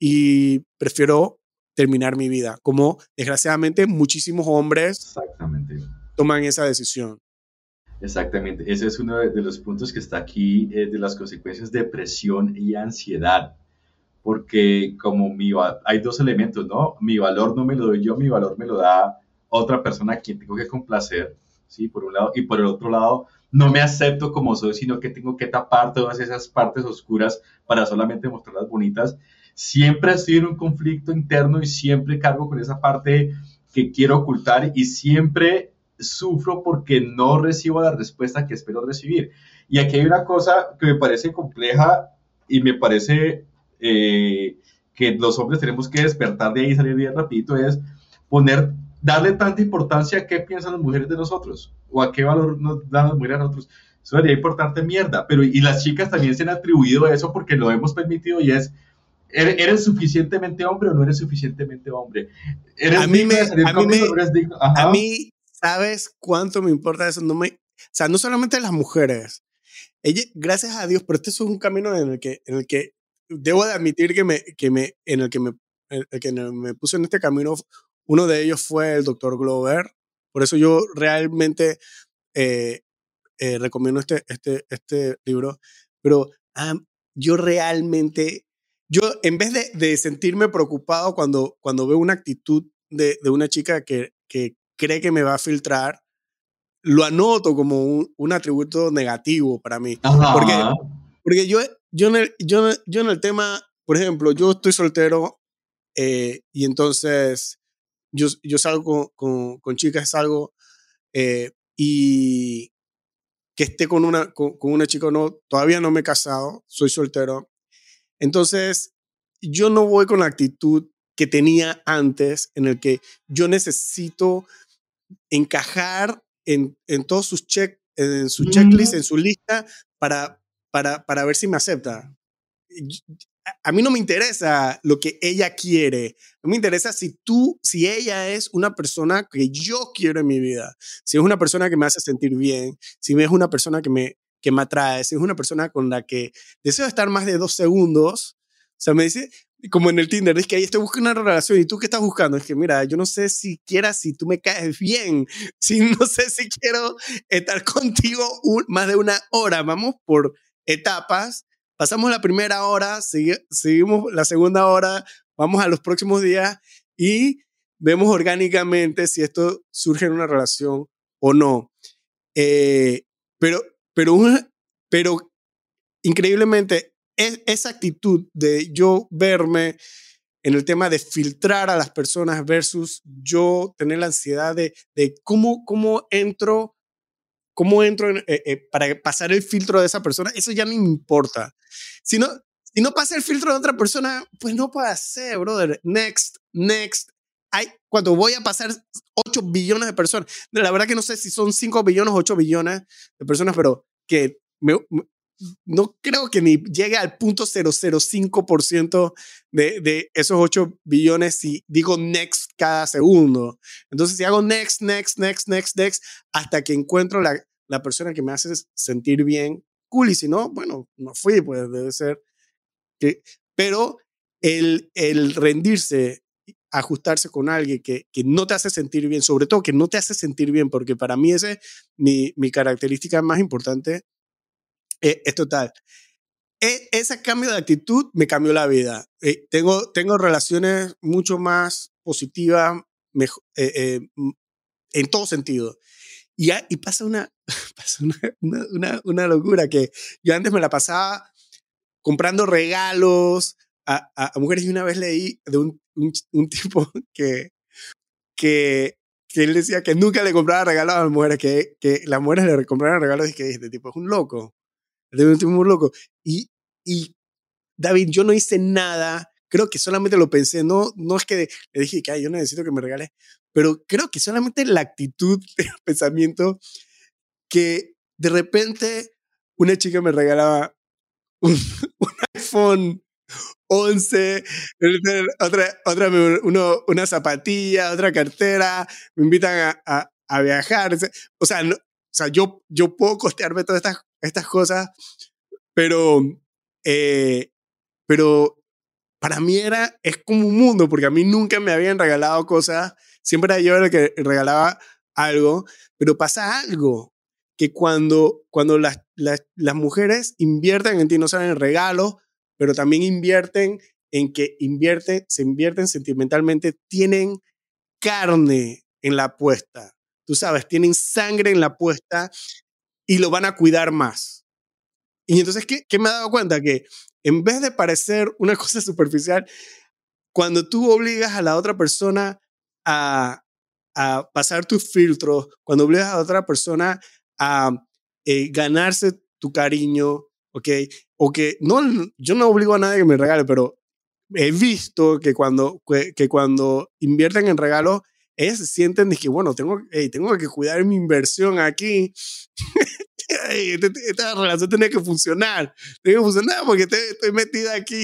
y prefiero terminar mi vida. Como desgraciadamente muchísimos hombres Exactamente. toman esa decisión. Exactamente. Ese es uno de, de los puntos que está aquí, eh, de las consecuencias de depresión y ansiedad. Porque como mi hay dos elementos, ¿no? Mi valor no me lo doy yo, mi valor me lo da otra persona a quien tengo que complacer, ¿sí? Por un lado, y por el otro lado, no me acepto como soy, sino que tengo que tapar todas esas partes oscuras para solamente mostrarlas bonitas. Siempre estoy en un conflicto interno y siempre cargo con esa parte que quiero ocultar y siempre sufro porque no recibo la respuesta que espero recibir. Y aquí hay una cosa que me parece compleja y me parece eh, que los hombres tenemos que despertar de ahí y salir bien rapidito, es poner, darle tanta importancia a qué piensan las mujeres de nosotros o a qué valor nos dan las mujeres a nosotros. Eso debería importarte mierda, pero y las chicas también se han atribuido eso porque lo hemos permitido y es, ¿eres suficientemente hombre o no eres suficientemente hombre? ¿Eres a mí digno me, de salir a mí conmigo o me, no eres digno? Ajá. a mí, ¿sabes cuánto me importa eso? No me, o sea, no solamente las mujeres. Ella, gracias a Dios, pero este es un camino en el que, en el que debo de admitir que me, que me, en el que me, en el que me puse en este camino. Uno de ellos fue el doctor Glover. Por eso yo realmente eh, eh, recomiendo este, este, este libro. Pero um, yo realmente, yo en vez de, de sentirme preocupado cuando, cuando veo una actitud de, de una chica que, que cree que me va a filtrar, lo anoto como un, un atributo negativo para mí. Porque, Ajá. porque yo, yo, en el, yo, yo en el tema, por ejemplo, yo estoy soltero eh, y entonces yo, yo salgo con, con, con chicas, salgo eh, y que esté con una, con, con una chica o no, todavía no me he casado, soy soltero. Entonces, yo no voy con la actitud que tenía antes en el que yo necesito encajar en, en todos sus check, en su checklist, en su lista, para, para, para ver si me acepta. A mí no me interesa lo que ella quiere. A mí me interesa si tú, si ella es una persona que yo quiero en mi vida. Si es una persona que me hace sentir bien, si es una persona que me, que me atrae, si es una persona con la que deseo estar más de dos segundos. O sea, me dice, como en el Tinder, es que ahí estoy buscando una relación y tú qué estás buscando. Es que mira, yo no sé siquiera si tú me caes bien, si no sé si quiero estar contigo un, más de una hora. Vamos por etapas. Pasamos la primera hora, sigue, seguimos la segunda hora, vamos a los próximos días y vemos orgánicamente si esto surge en una relación o no. Eh, pero, pero, una, pero increíblemente, es, esa actitud de yo verme en el tema de filtrar a las personas versus yo tener la ansiedad de, de cómo, cómo entro, cómo entro en, eh, eh, para pasar el filtro de esa persona, eso ya ni me importa. Si no, si no pasa el filtro de otra persona, pues no puede ser, brother. Next, next. Hay, cuando voy a pasar ocho billones de personas, la verdad que no sé si son cinco billones o ocho billones de personas, pero que me, me, no creo que ni llegue al punto cero cero cinco por ciento de, de esos ocho billones si digo next cada segundo. Entonces, si hago next, next, next, next, next, hasta que encuentro la, la persona que me hace sentir bien, cool, y si no, bueno, no fui, pues debe ser que, pero el, el rendirse, ajustarse con alguien que, que no te hace sentir bien, sobre todo que no te hace sentir bien, porque para mí esa es mi, mi característica más importante, es, es total. E, ese cambio de actitud me cambió la vida. Eh, tengo, tengo relaciones mucho más positivas, mejor, eh, eh, en todo sentido. Y, ya, y pasa, una, pasa una, una, una, una locura que yo antes me la pasaba comprando regalos a, a, a mujeres, y una vez leí de un, un, un tipo que, que, que él decía que nunca le compraba regalos a las mujeres, que, que las mujeres le compraban regalos y que este tipo es un loco, este es un tipo muy loco. Y, y David, yo no hice nada, creo que solamente lo pensé, no, no es que le dije que ay, yo necesito que me regales, pero creo que solamente la actitud, el pensamiento, que de repente una chica me regalaba un, un iPhone once, otra, otra uno, una zapatilla, otra cartera, me invitan a, a, a viajar. O sea, no, o sea yo, yo puedo costearme todas estas, estas cosas, pero, eh, pero para mí era, es como un mundo, porque a mí nunca me habían regalado cosas, siempre era yo el que regalaba algo, pero pasa algo, que cuando, cuando las, las, las mujeres invierten en ti, no saben en regalos, pero también invierten en que invierten, se invierten sentimentalmente, tienen carne en la apuesta, tú sabes, tienen sangre en la apuesta y lo van a cuidar más. Y entonces, ¿qué, qué me he dado cuenta? Que en vez de parecer una cosa superficial, cuando tú obligas a la otra persona a, a pasar tus filtros, cuando obligas a la otra persona a eh, ganarse tu cariño, ¿ok? O que no, yo no obligo a nadie que me regale, pero he visto que cuando, que, que cuando invierten en regalos, ellas se sienten de que, bueno, tengo, hey, tengo que cuidar mi inversión aquí. Hey, esta, esta relación tiene que funcionar. Tiene que funcionar porque te, estoy metida aquí.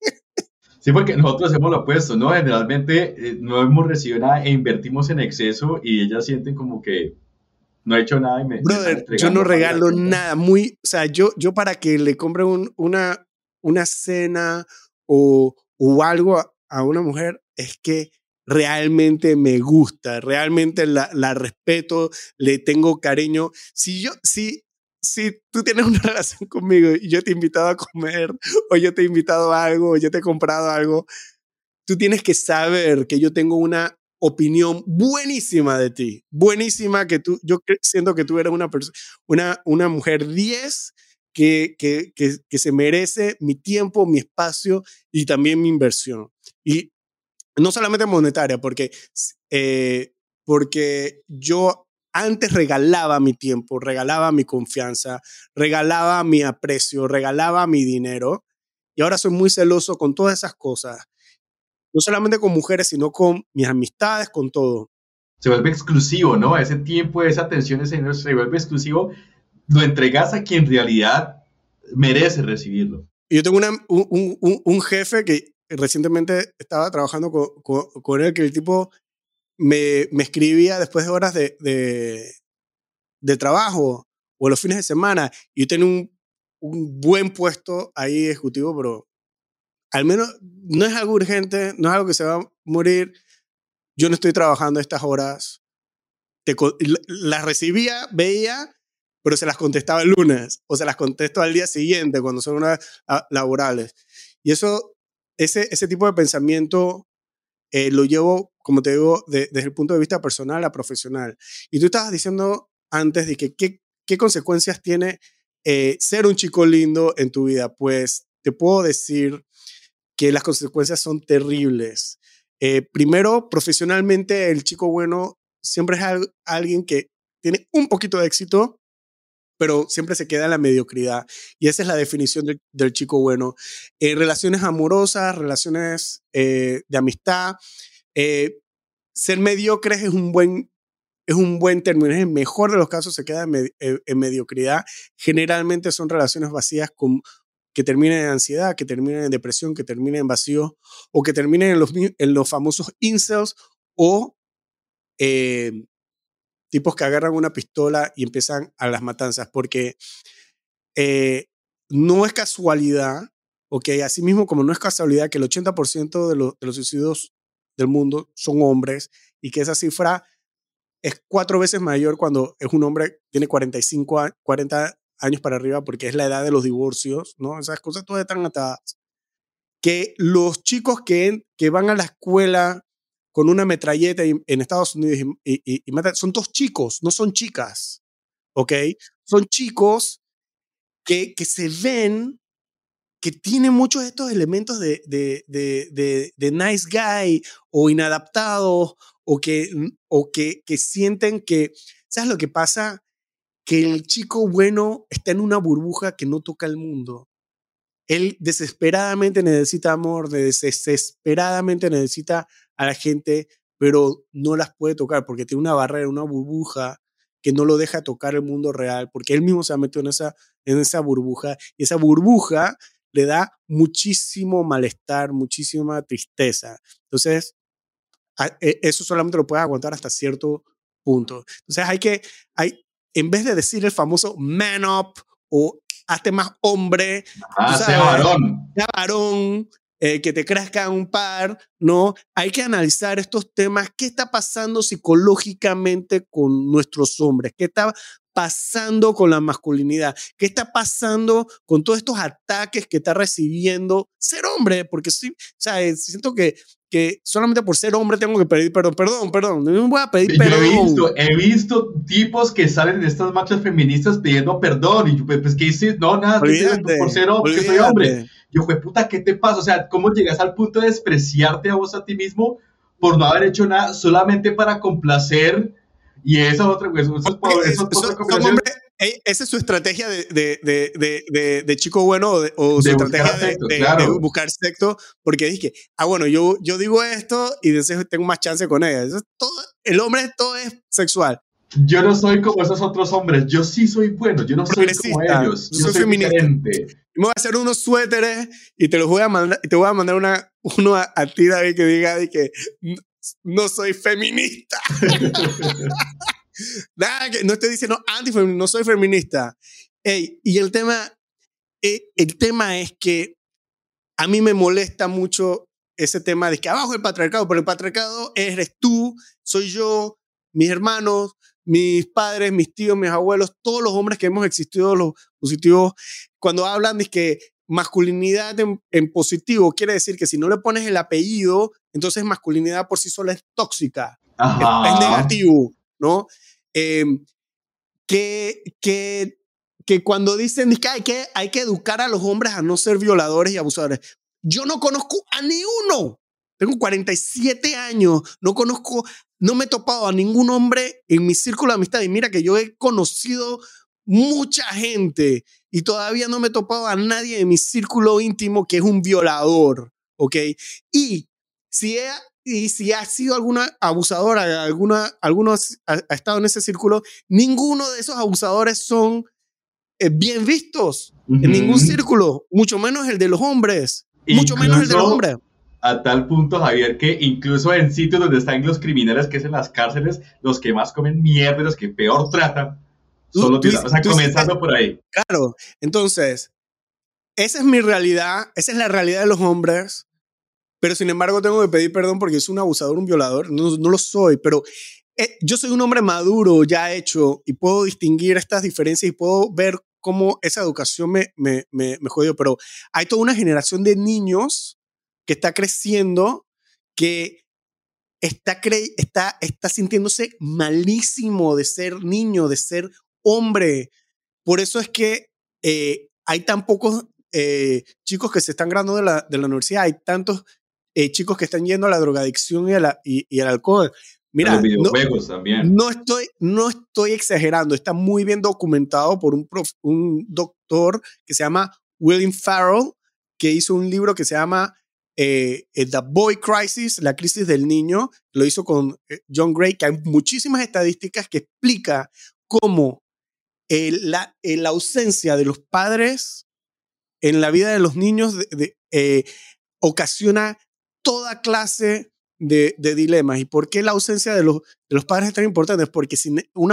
Sí, porque nosotros hacemos lo opuesto, ¿no? Generalmente eh, no hemos recibido nada e invertimos en exceso y ellas sienten como que no he hecho nada y me, me están Brother, yo no entregando mal la regalo cuenta. nada. Muy, o sea, yo, yo para que le compre un, una, una cena o, o algo a, a una mujer es que realmente me gusta, realmente la, la respeto, le tengo cariño. Si yo, si, si tú tienes una relación conmigo y yo te he invitado a comer o yo te he invitado a algo o yo te he comprado algo, tú tienes que saber que yo tengo una opinión buenísima de ti, buenísima, que tú, yo siento que tú eres una, una, una mujer diez que, que, que, que se merece mi tiempo, mi espacio y también mi inversión. Y no solamente monetaria, porque, eh, porque yo antes regalaba mi tiempo, regalaba mi confianza, regalaba mi aprecio, regalaba mi dinero, y ahora soy muy celoso con todas esas cosas. No solamente con mujeres, sino con mis amistades, con todo. Se vuelve exclusivo, ¿no? Ese tiempo, esa atención, ese dinero se vuelve exclusivo. Lo entregas a quien en realidad merece recibirlo. Yo tengo una, un, un, un jefe que recientemente estaba trabajando con, con, con él, que el tipo me, me escribía después de horas de, de, de trabajo o los fines de semana. Y yo tenía un, un buen puesto ahí ejecutivo, pero al menos no es algo urgente, no es algo que se va a morir. Yo no estoy trabajando estas horas. Te, las recibía, veía, pero se las contestaba el lunes o se las contesto al día siguiente cuando son horas laborales. Y eso, ese, ese tipo de pensamiento eh, lo llevo, como te digo, de, desde el punto de vista personal a profesional. Y tú estabas diciendo antes de que qué, qué consecuencias tiene eh, ser un chico lindo en tu vida. Pues te puedo decir que las consecuencias son terribles. Eh, primero, profesionalmente, el chico bueno siempre es al, alguien que tiene un poquito de éxito, pero siempre se queda en la mediocridad. Y esa es la definición del, del chico bueno. En relaciones amorosas, relaciones eh, de amistad, eh, ser mediocre es un buen, es un buen término. En el mejor de los casos se queda en, med en mediocridad. Generalmente son relaciones vacías con, que terminen en ansiedad, que terminen en depresión, que terminen en vacío, o que terminen en los, en los famosos incels o eh, tipos que agarran una pistola y empiezan a las matanzas, porque eh, no es casualidad ¿ok? Asimismo, como no es casualidad que el ochenta por ciento de, lo, de los suicidios del mundo son hombres y que esa cifra es cuatro veces mayor cuando es un hombre, tiene cuarenta y cinco, cuarenta años para arriba, porque es la edad de los divorcios, ¿no? Esas cosas todas están atadas. Que los chicos que, que van a la escuela con una metralleta y, en Estados Unidos y, y, y matan, son dos chicos, no son chicas, ¿ok? Son chicos que, que se ven, que tienen muchos de estos elementos de, de, de, de, de nice guy o inadaptados o, que, o que, que sienten que, ¿sabes lo que pasa? Que el chico bueno está en una burbuja que no toca el mundo. Él desesperadamente necesita amor, desesperadamente necesita a la gente, pero no las puede tocar porque tiene una barrera, una burbuja que no lo deja tocar el mundo real, porque él mismo se ha metido en esa, en esa burbuja, y esa burbuja le da muchísimo malestar, muchísima tristeza. Entonces, a, eso solamente lo puedes aguantar hasta cierto punto. Entonces, hay que, hay, en vez de decir el famoso man up o hazte más hombre, ah, tú sabes, sea varón, sea varón, eh, que te crezca un par, ¿no? Hay que analizar estos temas. ¿Qué está pasando psicológicamente con nuestros hombres? ¿Qué está pasando con la masculinidad? ¿Qué está pasando con todos estos ataques que está recibiendo ser hombre? Porque sí, o sea, siento que, que solamente por ser hombre tengo que pedir perdón, perdón, perdón, no me voy a pedir yo perdón. he visto, he visto tipos que salen en estas marchas feministas pidiendo perdón, y yo, pues, ¿qué hiciste? No, nada, ¿qué te tú por ser hombre, que soy hombre? Yo, fue puta, ¿qué te pasa? O sea, ¿cómo llegas al punto de despreciarte a vos a ti mismo por no haber hecho nada solamente para complacer? Y esa otra, pues, eso es, eso es, eso, otra combinación. Esa es su estrategia de, de, de, de, de, de chico bueno o, de, o su de estrategia buscar sexo, de, claro. de buscar sexo, porque dije, ah, bueno, yo, yo digo esto y después tengo más chance con ella. Eso es todo, el hombre todo es sexual. Yo no soy como esos otros hombres, yo sí soy bueno, yo no soy como ellos, yo, yo soy, soy feminista. Diferente. Me voy a hacer unos suéteres y te los voy a mandar, y te voy a mandar una, uno a, a ti, David, que diga de que no soy feminista. Nada, que no estoy diciendo antifeminista, no soy feminista. Ey, y el tema, eh, el tema es que a mí me molesta mucho ese tema de que abajo el patriarcado, pero el patriarcado eres tú, soy yo, mis hermanos, mis padres, mis tíos, mis abuelos, todos los hombres que hemos existido, los positivos, cuando hablan de que masculinidad en, en positivo, quiere decir que si no le pones el apellido, entonces masculinidad por sí sola es tóxica, es, es negativo, ¿no? Eh, que, que, que cuando dicen que hay, que hay que educar a los hombres a no ser violadores y abusadores. Yo no conozco a ni uno. Tengo cuarenta y siete años. No conozco, no me he topado a ningún hombre en mi círculo de amistad. Y mira que yo he conocido mucha gente y todavía no me he topado a nadie en mi círculo íntimo que es un violador, ¿ok? Y si he Y si ha sido alguna abusadora, alguna, algunos ha, ha estado en ese círculo, ninguno de esos abusadores son eh, bien vistos uh-huh. en ningún círculo, mucho menos el de los hombres, incluso, mucho menos el de los hombres. A tal punto, Javier, que incluso en sitios donde están los criminales, que es en las cárceles, los que más comen mierda, los que peor tratan, son los violadores. O sea, comenzando por ahí. Claro, entonces, esa es mi realidad, esa es la realidad de los hombres. Pero sin embargo tengo que pedir perdón porque soy un abusador, un violador. No, no lo soy, pero eh, yo soy un hombre maduro, ya hecho, y puedo distinguir estas diferencias y puedo ver cómo esa educación me, me, me, me jodió. Pero hay toda una generación de niños que está creciendo, que está, cre está, está sintiéndose malísimo de ser niño, de ser hombre. Por eso es que eh, hay tan pocos eh, chicos que se están graduando de la, de la universidad, hay tantos Eh, chicos que están yendo a la drogadicción y, a la, y, y al alcohol. Mira, a los videojuegos no, también. No estoy, no estoy exagerando, está muy bien documentado por un, prof, un doctor que se llama William Farrell, que hizo un libro que se llama eh, The Boy Crisis, la crisis del niño, lo hizo con John Gray, que hay muchísimas estadísticas que explica cómo eh, la, eh, la ausencia de los padres en la vida de los niños de, de, eh, ocasiona toda clase de, de dilemas. ¿Y por qué la ausencia de los, de los padres es tan importante? Porque sin una,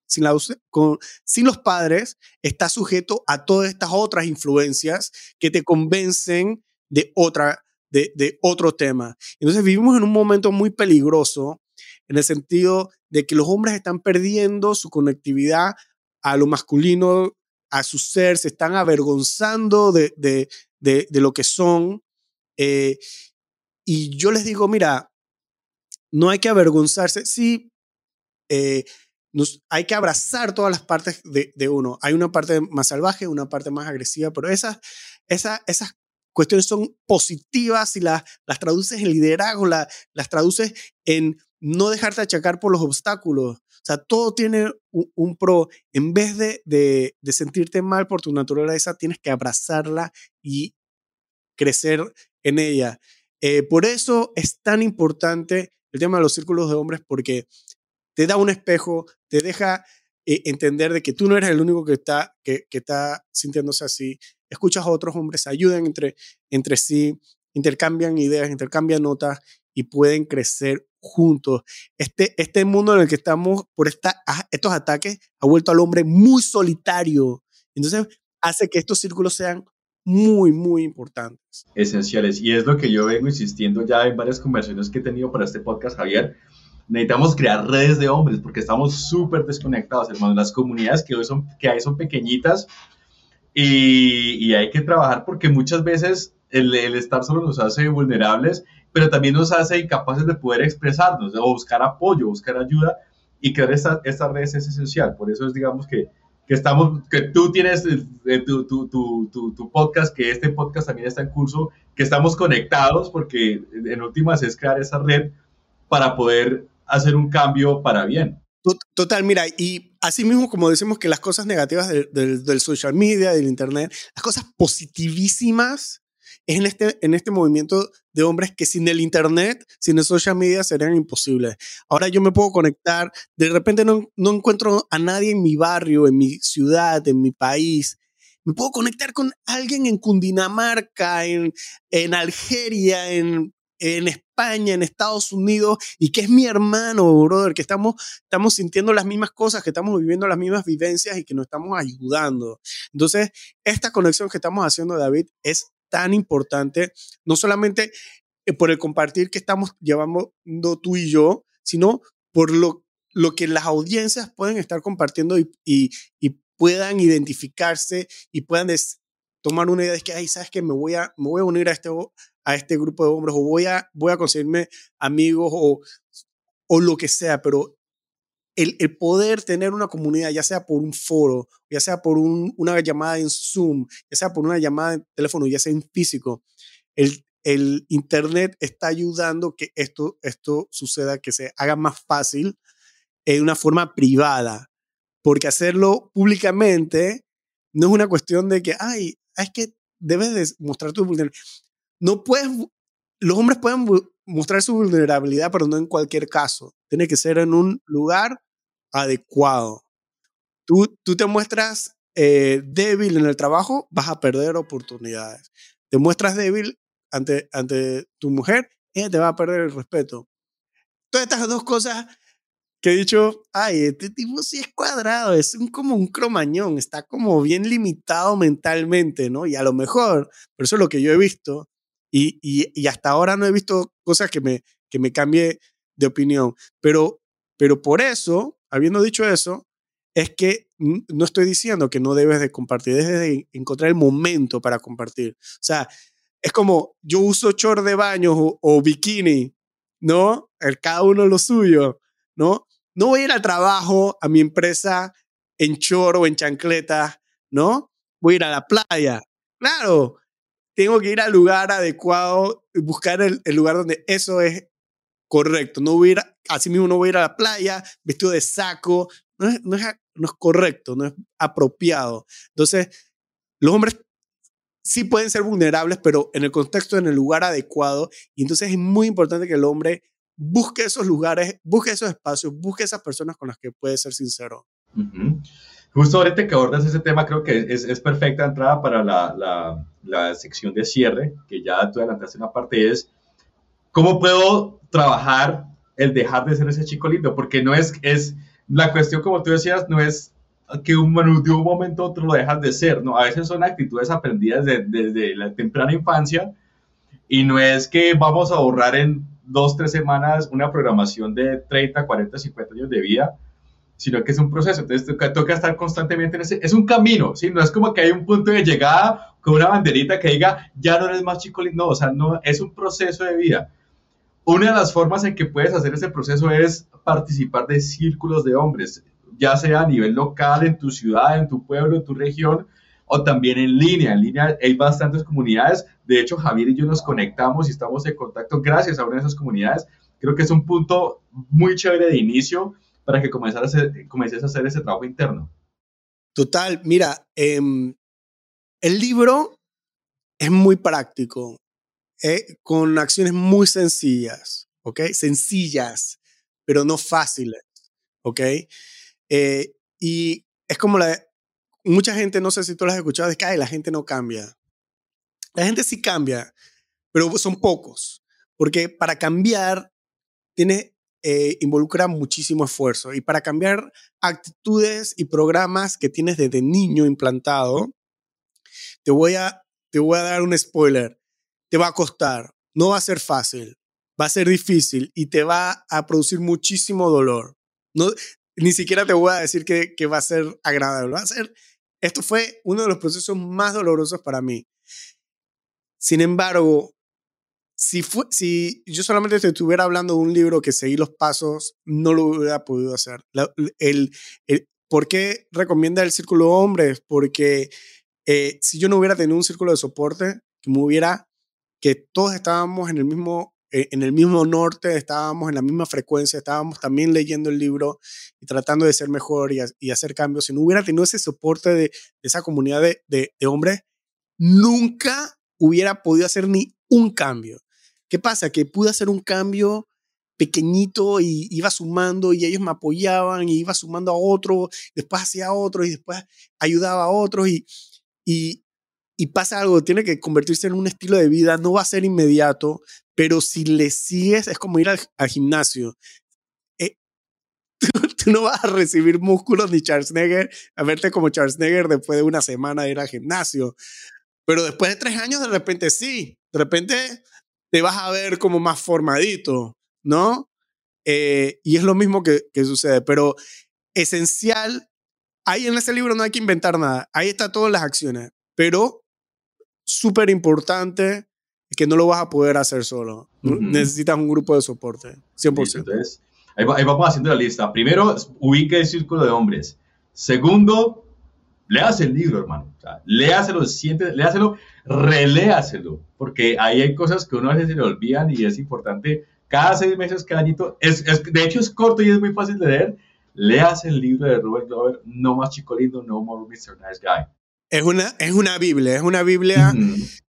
sin, la, con, sin los padres, está sujeto a todas estas otras influencias que te convencen de, otra, de, de otro tema. Entonces vivimos en un momento muy peligroso en el sentido de que los hombres están perdiendo su conectividad a lo masculino, a su ser, se están avergonzando de, de, de, de lo que son. Eh, y yo les digo, mira, no hay que avergonzarse. Sí, eh, nos, hay que abrazar todas las partes de, de uno. Hay una parte más salvaje, una parte más agresiva, pero esas, esas, esas cuestiones son positivas y las, las traduces en liderazgo, la, las traduces en no dejarte achacar por los obstáculos. O sea, todo tiene un, un pro. En vez de, de, de sentirte mal por tu naturaleza, tienes que abrazarla y crecer en ella. Eh, por eso es tan importante el tema de los círculos de hombres, porque te da un espejo, te deja eh, entender de que tú no eres el único que está, que, que está sintiéndose así. Escuchas a otros hombres, ayudan entre, entre sí, intercambian ideas, intercambian notas y pueden crecer juntos. Este, este mundo en el que estamos, por esta, estos ataques, ha vuelto al hombre muy solitario. Entonces, hace que estos círculos sean muy, muy importantes. Esenciales. Y es lo que yo vengo insistiendo ya en varias conversaciones que he tenido para este podcast, Javier. Necesitamos crear redes de hombres porque estamos súper desconectados, hermano. Las comunidades que, hoy son, que hay son pequeñitas y, y hay que trabajar porque muchas veces el, el estar solo nos hace vulnerables, pero también nos hace incapaces de poder expresarnos o buscar apoyo, buscar ayuda, y crear esta, esta red es esencial. Por eso es, digamos, que, que, estamos, que tú tienes eh, tu, tu, tu, tu, tu podcast, que este podcast también está en curso, que estamos conectados porque en últimas es crear esa red para poder hacer un cambio para bien. Total, mira, y así mismo como decimos que las cosas negativas del, del, del social media, del internet, las cosas positivísimas es en este, en este movimiento de hombres que sin el internet, sin el social media serían imposibles. Ahora yo me puedo conectar, de repente no, no encuentro a nadie en mi barrio, en mi ciudad, en mi país. Me puedo conectar con alguien en Cundinamarca, en, en Algeria, en... en España, en Estados Unidos, y que es mi hermano, brother, que estamos, estamos sintiendo las mismas cosas, que estamos viviendo las mismas vivencias y que nos estamos ayudando. Entonces, esta conexión que estamos haciendo, David, es tan importante, no solamente por el compartir que estamos llevando tú y yo, sino por lo, lo que las audiencias pueden estar compartiendo y, y, y puedan identificarse y puedan des, tomar una idea de que, ay, ¿sabes qué? Me voy a, me voy a unir a este... a este grupo de hombres, o voy a, voy a conseguirme amigos, o, o lo que sea, pero el, el poder tener una comunidad, ya sea por un foro, ya sea por un, una llamada en Zoom, ya sea por una llamada en teléfono, ya sea en físico, el, el internet está ayudando que esto, esto suceda, que se haga más fácil en una forma privada, porque hacerlo públicamente no es una cuestión de que, ay, es que debes de mostrar tu vulnerabilidad. No puedes, los hombres pueden mostrar su vulnerabilidad, pero no en cualquier caso. Tiene que ser en un lugar adecuado. Tú, tú te muestras eh, débil en el trabajo, vas a perder oportunidades. Te muestras débil ante, ante tu mujer, ella te va a perder el respeto. Todas estas dos cosas que he dicho, ay, este tipo sí es cuadrado, es un, como un cromañón, está como bien limitado mentalmente, ¿no? Y a lo mejor, pero eso es lo que yo he visto, y, y, y hasta ahora no he visto cosas que me, que me cambie de opinión, pero, pero por eso, habiendo dicho eso, es que no estoy diciendo que no debes de compartir, debes de encontrar el momento para compartir. O sea, es como yo uso short de baño o, o bikini, ¿no? El, cada uno lo suyo, ¿no? No voy a ir al trabajo, a mi empresa, en short o en chancleta, ¿no? Voy a ir a la playa. Claro, tengo que ir al lugar adecuado, buscar el, el lugar donde eso es correcto. No voy a ir, así mismo no voy a ir a la playa vestido de saco. No es, no es, no es correcto, no es apropiado. Entonces, los hombres sí pueden ser vulnerables, pero en el contexto, en el lugar adecuado. Y entonces es muy importante que el hombre busque esos lugares, busque esos espacios, busque esas personas con las que puede ser sincero. Uh-huh. Justo ahorita que abordas ese tema, creo que es, es perfecta entrada para la, la, la sección de cierre, que ya tú adelantaste una parte, es ¿cómo puedo trabajar el dejar de ser ese chico lindo? Porque no es, es la cuestión, como tú decías, no es que un, de un momento a otro lo dejas de ser, ¿no? A veces son actitudes aprendidas de, desde la temprana infancia y no es que vamos a ahorrar en dos, tres semanas una programación de treinta, cuarenta, cincuenta años de vida, sino que es un proceso. Entonces toca, toca estar constantemente en ese, es un camino, ¿sí? No es como que hay un punto de llegada con una banderita que diga, ya no eres más chico, no, o sea, no, es un proceso de vida. Una de las formas en que puedes hacer ese proceso es participar de círculos de hombres, ya sea a nivel local, en tu ciudad, en tu pueblo, en tu región, o también en línea. En línea hay bastantes comunidades. De hecho, Javier y yo nos conectamos y estamos en contacto gracias a una de esas comunidades. Creo que es un punto muy chévere de inicio para que comences a hacer, comences a hacer ese trabajo interno. Total, mira, eh, el libro es muy práctico. Eh, con acciones muy sencillas, ¿ok? Sencillas, pero no fáciles, ¿ok? Eh, y es como la... Mucha gente, no sé si tú lo has escuchado, es que ay, la gente no cambia. La gente sí cambia, pero son pocos, porque para cambiar tiene, eh, involucra muchísimo esfuerzo. Y para cambiar actitudes y programas que tienes desde niño implantado, te voy a, te voy a dar un spoiler. Te va a costar, no va a ser fácil, va a ser difícil y te va a producir muchísimo dolor. No, ni siquiera te voy a decir que, que va a ser agradable. Va a ser, esto fue uno de los procesos más dolorosos para mí. Sin embargo, si, fue, si yo solamente te estuviera hablando de un libro que seguí los pasos, no lo hubiera podido hacer. La, el, el, ¿Por qué recomienda el Círculo de Hombres? Porque eh, si yo no hubiera tenido un círculo de soporte, que me hubiera que todos estábamos en el mismo, eh, en el mismo norte, estábamos en la misma frecuencia, estábamos también leyendo el libro y tratando de ser mejor y, a, y hacer cambios. Si no hubiera tenido ese soporte de, de esa comunidad de, de, de hombres, nunca hubiera podido hacer ni un cambio. ¿Qué pasa? Que pude hacer un cambio pequeñito y iba sumando y ellos me apoyaban y iba sumando a otro, después hacía otro y después ayudaba a otros y, y Y pasa algo, tiene que convertirse en un estilo de vida, no va a ser inmediato, pero si le sigues, es como ir al, al gimnasio. Eh, tú, tú no vas a recibir músculos ni Schwarzenegger, a verte como Schwarzenegger después de una semana de ir al gimnasio. Pero después de tres años, de repente sí, de repente te vas a ver como más formadito, ¿no? Eh, y es lo mismo que, que sucede, pero esencial, ahí en ese libro no hay que inventar nada, ahí está todas las acciones, pero súper importante que no lo vas a poder hacer solo. Uh-huh. Necesitas un grupo de soporte, cien por ciento. Entonces, ahí, va, ahí vamos haciendo la lista. Primero, ubica el círculo de hombres. Segundo, léase el libro, hermano. O sea, léaselo, siente, léaselo, reléaselo, porque ahí hay cosas que uno a veces se le olvidan y es importante. Cada seis meses, cada añito, es, es, de hecho es corto y es muy fácil de leer. Léase el libro de Robert Glover, No Más Chico Lindo, No More mister Nice Guy. Es una, es una Biblia, es una Biblia. Uh-huh.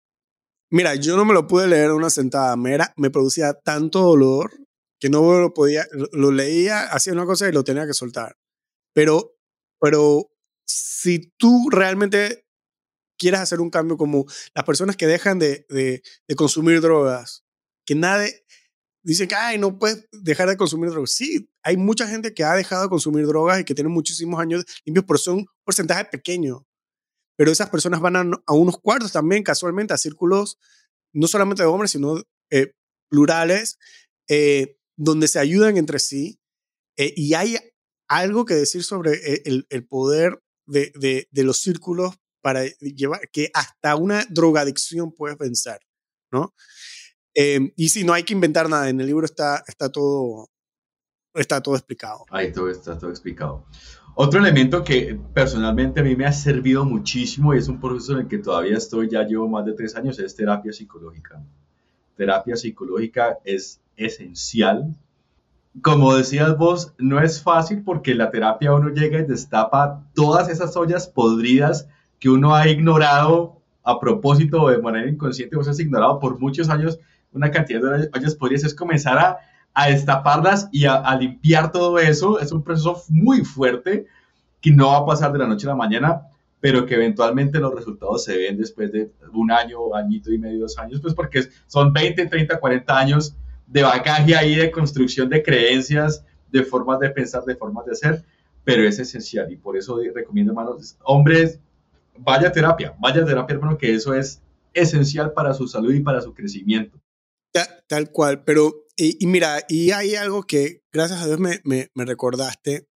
Mira, yo no me lo pude leer en una sentada, me, era, me producía tanto dolor que no lo podía, lo, lo leía, hacía una cosa y lo tenía que soltar. Pero, pero si tú realmente quieres hacer un cambio, como las personas que dejan de, de, de consumir drogas, que nadie, dicen que ay, no puedes dejar de consumir drogas. Sí, hay mucha gente que ha dejado de consumir drogas y que tiene muchísimos años limpios, pero son un porcentaje pequeño. Pero esas personas van a, a unos cuartos también, casualmente, a círculos, no solamente de hombres, sino eh, plurales, eh, donde se ayudan entre sí. Eh, y hay algo que decir sobre el, el poder de, de, de los círculos para llevar, que hasta una drogadicción puedes vencer, ¿no? Eh, y sí, no hay que inventar nada. En el libro está, está, todo, está todo explicado. Ahí todo está todo explicado. Otro elemento que personalmente a mí me ha servido muchísimo y es un proceso en el que todavía estoy, ya llevo más de tres años, es terapia psicológica. Terapia psicológica es esencial. Como decías vos, no es fácil porque la terapia uno llega y destapa todas esas ollas podridas que uno ha ignorado a propósito o de manera inconsciente, vos has ignorado por muchos años una cantidad de ollas podridas, es comenzar a a destaparlas y a, a limpiar todo eso. Es un proceso muy fuerte que no va a pasar de la noche a la mañana, pero que eventualmente los resultados se ven después de un año, añito y medio, dos años, pues porque son veinte, treinta, cuarenta años de bagaje ahí de construcción de creencias, de formas de pensar, de formas de ser, pero es esencial y por eso recomiendo, hermanos, hombres, vaya a terapia, vaya a terapia, hermano, que eso es esencial para su salud y para su crecimiento. Tal, tal cual, pero y, y mira, y hay algo que gracias a Dios me, me, me recordaste,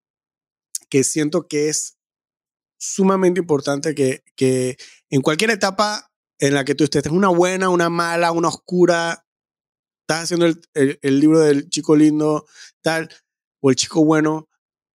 que siento que es sumamente importante que, que en cualquier etapa en la que tú estés, una buena, una mala, una oscura, estás haciendo el, el, el libro del chico lindo, tal, o el chico bueno,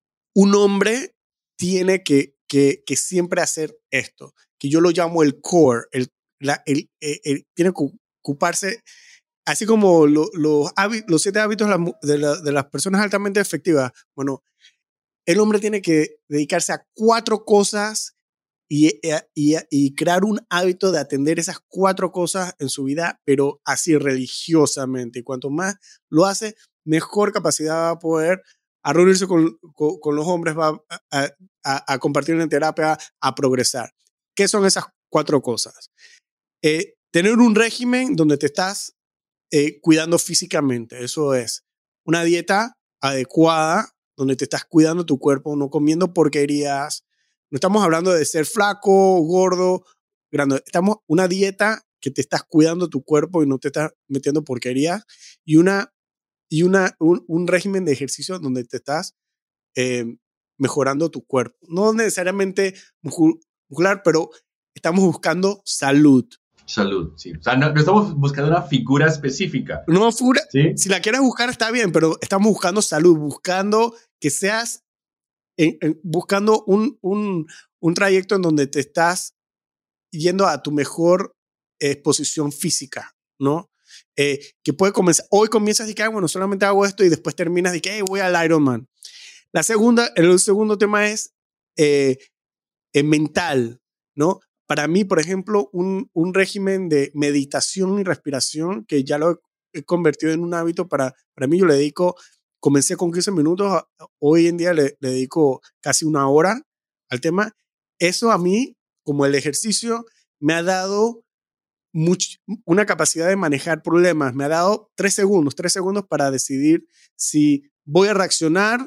un hombre tiene que, que, que siempre hacer esto, que yo lo llamo el core, el, la, el, el, el tiene que ocuparse, así como lo, lo, los siete hábitos de, la, de, la, de las personas altamente efectivas. Bueno, el hombre tiene que dedicarse a cuatro cosas y, y, y crear un hábito de atender esas cuatro cosas en su vida, pero así religiosamente. Y cuanto más lo hace, mejor capacidad va a poder a reunirse con, con, con los hombres, va a, a, a compartir en terapia, a progresar. ¿Qué son esas cuatro cosas? Eh, tener un régimen donde te estás eh, cuidando físicamente. Eso es una dieta adecuada donde te estás cuidando tu cuerpo, no comiendo porquerías. No estamos hablando de ser flaco, gordo, grande. Estamos una dieta que te estás cuidando tu cuerpo y no te estás metiendo porquerías. Y, una, y una, un, un régimen de ejercicio donde te estás eh, mejorando tu cuerpo. No necesariamente muscular, pero estamos buscando salud. Salud, sí. O sea, no, no estamos buscando una figura específica. No, figura, ¿sí? Si la quieres buscar está bien, pero estamos buscando salud, buscando que seas, en, en, buscando un, un, un trayecto en donde te estás yendo a tu mejor exposición eh, física, ¿no? Eh, que puede comenzar, hoy comienzas y que, ah, bueno, solamente hago esto y después terminas de que, hey, voy al Ironman. La segunda, el segundo tema es eh, eh, mental, ¿no? Para mí, por ejemplo, un, un régimen de meditación y respiración que ya lo he convertido en un hábito para, para mí, yo le dedico, comencé con quince minutos, hoy en día le, le dedico casi una hora al tema. Eso a mí, como el ejercicio, me ha dado much, una capacidad de manejar problemas, me ha dado tres segundos, tres segundos para decidir si voy a reaccionar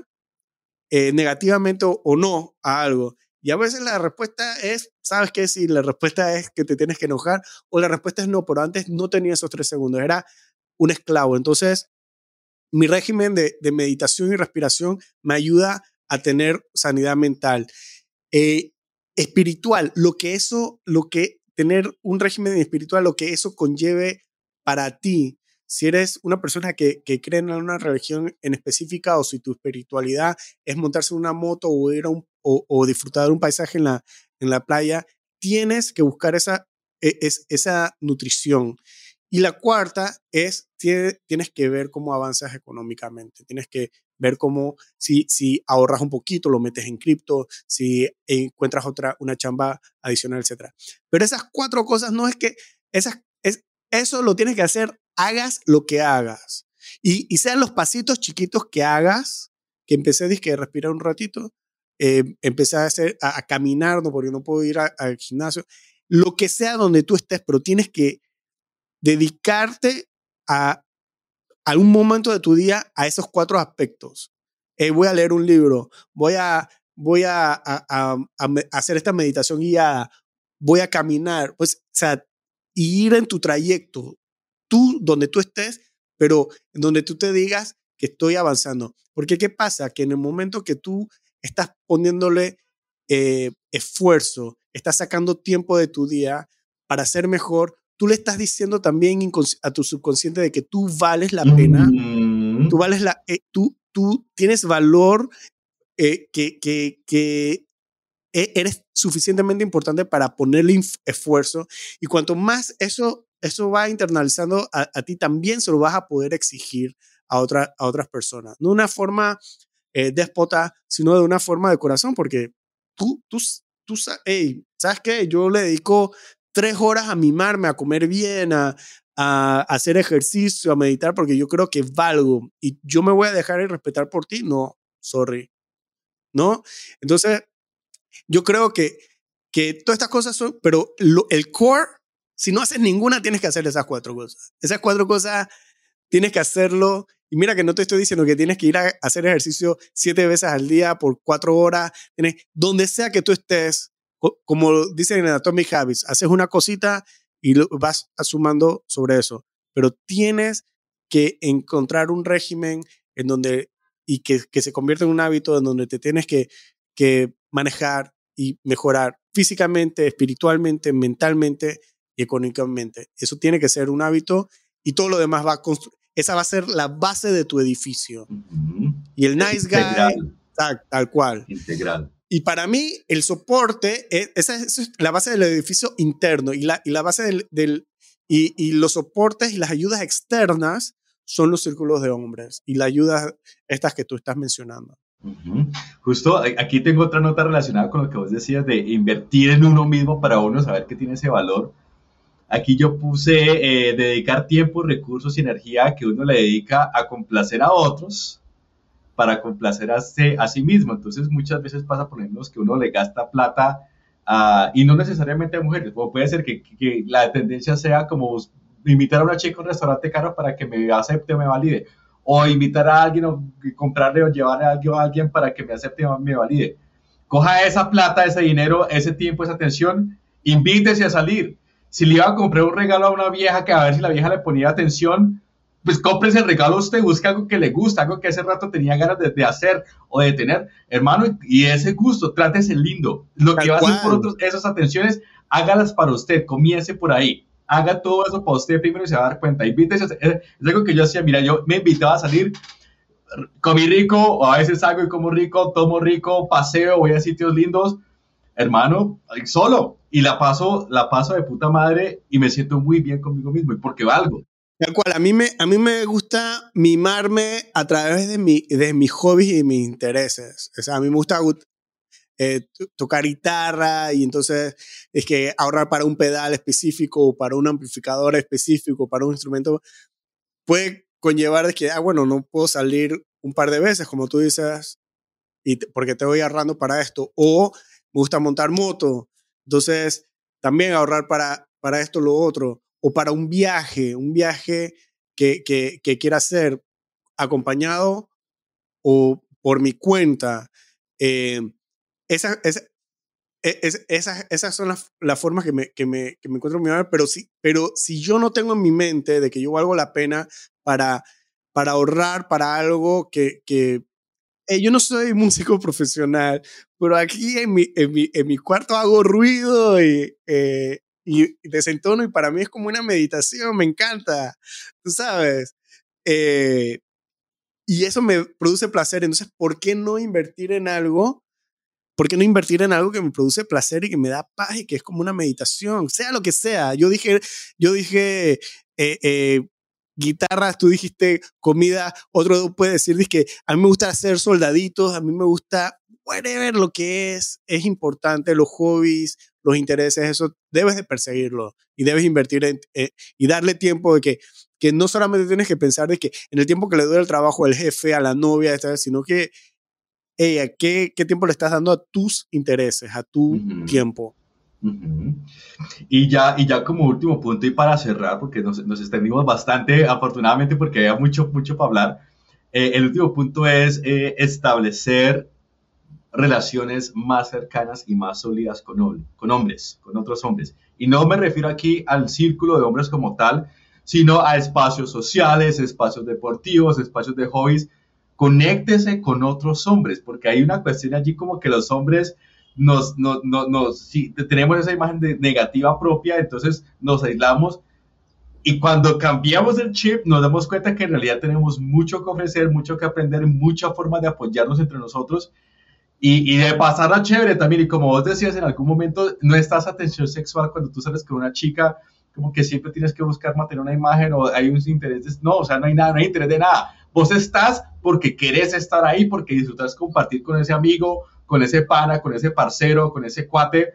eh, negativamente o, o no a algo. Y a veces la respuesta es, ¿sabes qué? Si la respuesta es que te tienes que enojar o la respuesta es no, pero antes no tenía esos tres segundos, era un esclavo. Entonces, mi régimen de, de meditación y respiración me ayuda a tener sanidad mental. Eh, espiritual, lo que eso, lo que tener un régimen espiritual, lo que eso conlleve para ti. Si eres una persona que, que cree en una religión en específica o si tu espiritualidad es montarse en una moto o ir a un O, o disfrutar de un paisaje en la, en la playa, tienes que buscar esa, es, esa nutrición. Y la cuarta es, tiene, tienes que ver cómo avanzas económicamente. Tienes que ver cómo, si, si ahorras un poquito, lo metes en cripto, si encuentras otra, una chamba adicional, etcétera. Pero esas cuatro cosas no es que, esas, es, eso lo tienes que hacer, hagas lo que hagas. Y, y sean los pasitos chiquitos que hagas, que empecé a, a respirar un ratito, Eh, empecé a, hacer, a, a caminar, no, porque no puedo ir al gimnasio, lo que sea donde tú estés, pero tienes que dedicarte a algún momento de tu día a esos cuatro aspectos. Eh, voy a leer un libro, voy a, voy a, a, a, a hacer esta meditación guiada, voy a caminar, pues, o sea, ir en tu trayecto, tú, donde tú estés, pero en donde tú te digas que estoy avanzando. Porque ¿qué pasa? Que en el momento que tú estás poniéndole eh, esfuerzo, estás sacando tiempo de tu día para ser mejor, tú le estás diciendo también a tu subconsciente de que tú vales la pena, mm-hmm. tú, vales la, eh, tú, tú tienes valor, eh, que, que, que eres suficientemente importante para ponerle esfuerzo, y cuanto más eso, eso va internalizando a, a ti, también se lo vas a poder exigir a, otra, a otras personas. No de una forma eh, déspota, sino de una forma de corazón, porque tú, tú, tú hey, ¿sabes qué? Yo le dedico tres horas a mimarme, a comer bien, a, a hacer ejercicio, a meditar, porque yo creo que valgo, y yo me voy a dejar de respetar por ti. No, sorry, ¿no? Entonces, yo creo que, que todas estas cosas son, pero lo, el core, si no haces ninguna, tienes que hacer esas cuatro cosas. Esas cuatro cosas tienes que hacerlo, Y mira que no te estoy diciendo que tienes que ir a hacer ejercicio siete veces al día por cuatro horas. Tienes, donde sea que tú estés, como dicen en Atomic Habits, haces una cosita y lo, vas sumando sobre eso. Pero tienes que encontrar un régimen en donde, y que, que se convierta en un hábito en donde te tienes que, que manejar y mejorar físicamente, espiritualmente, mentalmente y económicamente. Eso tiene que ser un hábito y todo lo demás va a construir. Esa va a ser la base de tu edificio. Uh-huh. Y el nice Integral. guy, tal, tal cual. Integral. Y para mí, el soporte, es, esa, esa es la base del edificio interno y la, y la base del... del y, y los soportes y las ayudas externas son los círculos de hombres y las ayudas estas que tú estás mencionando. Uh-huh. Justo aquí tengo otra nota relacionada con lo que vos decías de invertir en uno mismo para uno saber que tiene ese valor. Aquí yo puse eh, dedicar tiempo, recursos y energía que uno le dedica a complacer a otros para complacer a, se, a sí mismo. Entonces muchas veces pasa, por ejemplo, que uno le gasta plata a, y no necesariamente a mujeres, o puede ser que, que la tendencia sea como invitar a una chica a un restaurante caro para que me acepte o me valide, o invitar a alguien o comprarle o llevarle algo a alguien para que me acepte o me valide. Coja esa plata, ese dinero, ese tiempo, esa atención, invítese a salir. Si le iba a comprar un regalo a una vieja que a ver si la vieja le ponía atención, pues cómprese el regalo usted, busque algo que le gusta, algo que hace rato tenía ganas de, de hacer o de tener, hermano, y ese gusto, trátese lindo. Lo que va a hacer por otros, esas atenciones, hágalas para usted, comience por ahí. Haga todo eso para usted primero y se va a dar cuenta. Invítese, es, es algo que yo hacía, mira, yo me invitaba a salir, comí rico, o a veces salgo y como rico, tomo rico, paseo, voy a sitios lindos, hermano, solo, y la paso, la paso de puta madre y me siento muy bien conmigo mismo, y porque valgo. Tal cual, a mí me, a mí me gusta mimarme a través de, mi, de mis hobbies y mis intereses. O sea, a mí me gusta eh, tocar guitarra y entonces es que ahorrar para un pedal específico, para un amplificador específico, para un instrumento, puede conllevar de que, ah, bueno, no puedo salir un par de veces, como tú dices, y te, porque te voy ahorrando para esto. O me gusta montar moto, entonces también ahorrar para, para esto o lo otro. O para un viaje, un viaje que, que, que quiera hacer acompañado o por mi cuenta. Eh, esa, esa, esa, esa, esas son las, las formas que me, que me, que me encuentro en mi vida, pero si, pero si yo no tengo en mi mente de que yo valgo la pena para, para ahorrar para algo que... que eh, yo no soy músico profesional, pero aquí en mi, en mi, en mi cuarto hago ruido y... Eh, y desentono y para mí es como una meditación, me encanta, tú sabes. Eh, y eso me produce placer, entonces, ¿por qué no invertir en algo? ¿Por qué no invertir en algo que me produce placer y que me da paz y que es como una meditación? Sea lo que sea. Yo dije, yo dije eh, eh, guitarras, tú dijiste comida, otro puede decir que a mí me gusta hacer soldaditos, a mí me gusta whatever lo que es, es importante, los hobbies, los intereses, eso debes de perseguirlo y debes invertir en, eh, y darle tiempo de que, que no solamente tienes que pensar de que en el tiempo que le doy el trabajo al jefe, a la novia, sino que hey, ¿qué, ¿qué tiempo le estás dando a tus intereses, a tu uh-huh. tiempo? Uh-huh. Y, ya, y ya como último punto y para cerrar, porque nos, nos extendimos bastante, afortunadamente, porque había mucho, mucho para hablar, eh, el último punto es eh, establecer relaciones más cercanas y más sólidas con, con hombres, con otros hombres. Y no me refiero aquí al círculo de hombres como tal, sino a espacios sociales, espacios deportivos, espacios de hobbies. Conéctese con otros hombres, porque hay una cuestión allí como que los hombres nos, nos, nos, nos si tenemos esa imagen de negativa propia, entonces nos aislamos. Y cuando cambiamos el chip, nos damos cuenta que en realidad tenemos mucho que ofrecer, mucho que aprender, muchas formas de apoyarnos entre nosotros. Y, y de pasarla chévere también, y como vos decías en algún momento, no estás atención sexual cuando tú sales con una chica, como que siempre tienes que buscar mantener una imagen o hay un interés, de, no, o sea, no hay nada, no hay interés de nada, vos estás porque querés estar ahí, porque disfrutas compartir con ese amigo, con ese pana, con ese parcero, con ese cuate,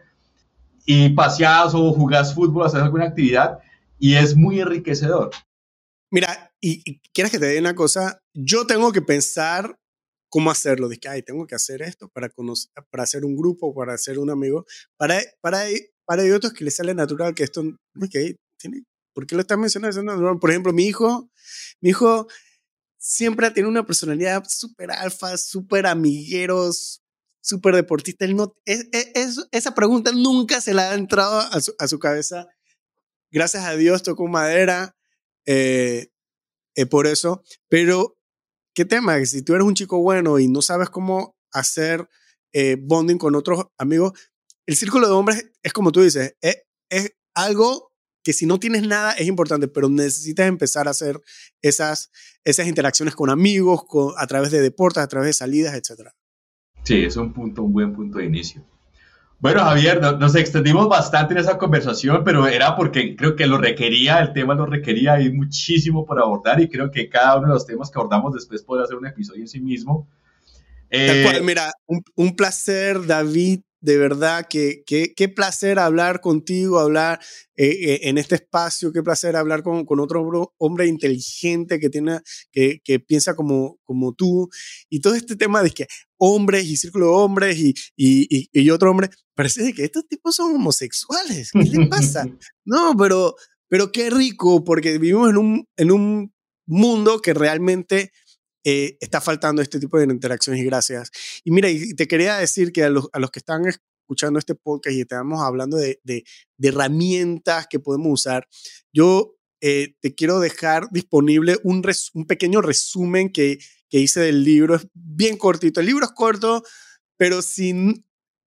y paseás o jugás fútbol, haces alguna actividad, y es muy enriquecedor. Mira, y, y quieres que te diga una cosa, yo tengo que pensar cómo hacerlo, de que, ay, tengo que hacer esto para, conocer, para hacer un grupo, para hacer un amigo, para, para, para hay otros que les sale natural, que esto, okay, tiene, ¿por qué lo estás mencionando? Por ejemplo, mi hijo, mi hijo siempre ha tenido una personalidad súper alfa, súper amigueros, súper deportista. Él no, es, es, esa pregunta nunca se le ha entrado a su, a su cabeza. Gracias a Dios tocó madera eh, eh, por eso. Pero, ¿qué tema? Que si tú eres un chico bueno y no sabes cómo hacer eh, bonding con otros amigos, el círculo de hombres es como tú dices, es, es algo que si no tienes nada es importante, pero necesitas empezar a hacer esas, esas interacciones con amigos, con, a través de deportes, a través de salidas, etcétera. Sí, es un punto, un buen punto de inicio. Bueno, Javier, no, nos extendimos bastante en esa conversación, pero era porque creo que lo requería, el tema lo requería, hay muchísimo por abordar y creo que cada uno de los temas que abordamos después podrá ser un episodio en sí mismo. Eh, Tal cual, mira, un, un placer, David, de verdad, que, que, qué placer hablar contigo, hablar eh, eh, en este espacio, qué placer hablar con, con otro hombre inteligente que, tiene, que, que piensa como, como tú. Y todo este tema de que hombres y círculo de hombres y, y, y, y otro hombre, parece que estos tipos son homosexuales. ¿Qué les pasa? No, pero, pero qué rico, porque vivimos en un, en un mundo que realmente... Eh, está faltando este tipo de interacciones y gracias. Y mira, y te quería decir que a los, a los que están escuchando este podcast y estamos hablando de, de, de herramientas que podemos usar, yo eh, te quiero dejar disponible un, res, un pequeño resumen que, que hice del libro. Es bien cortito. El libro es corto, pero si,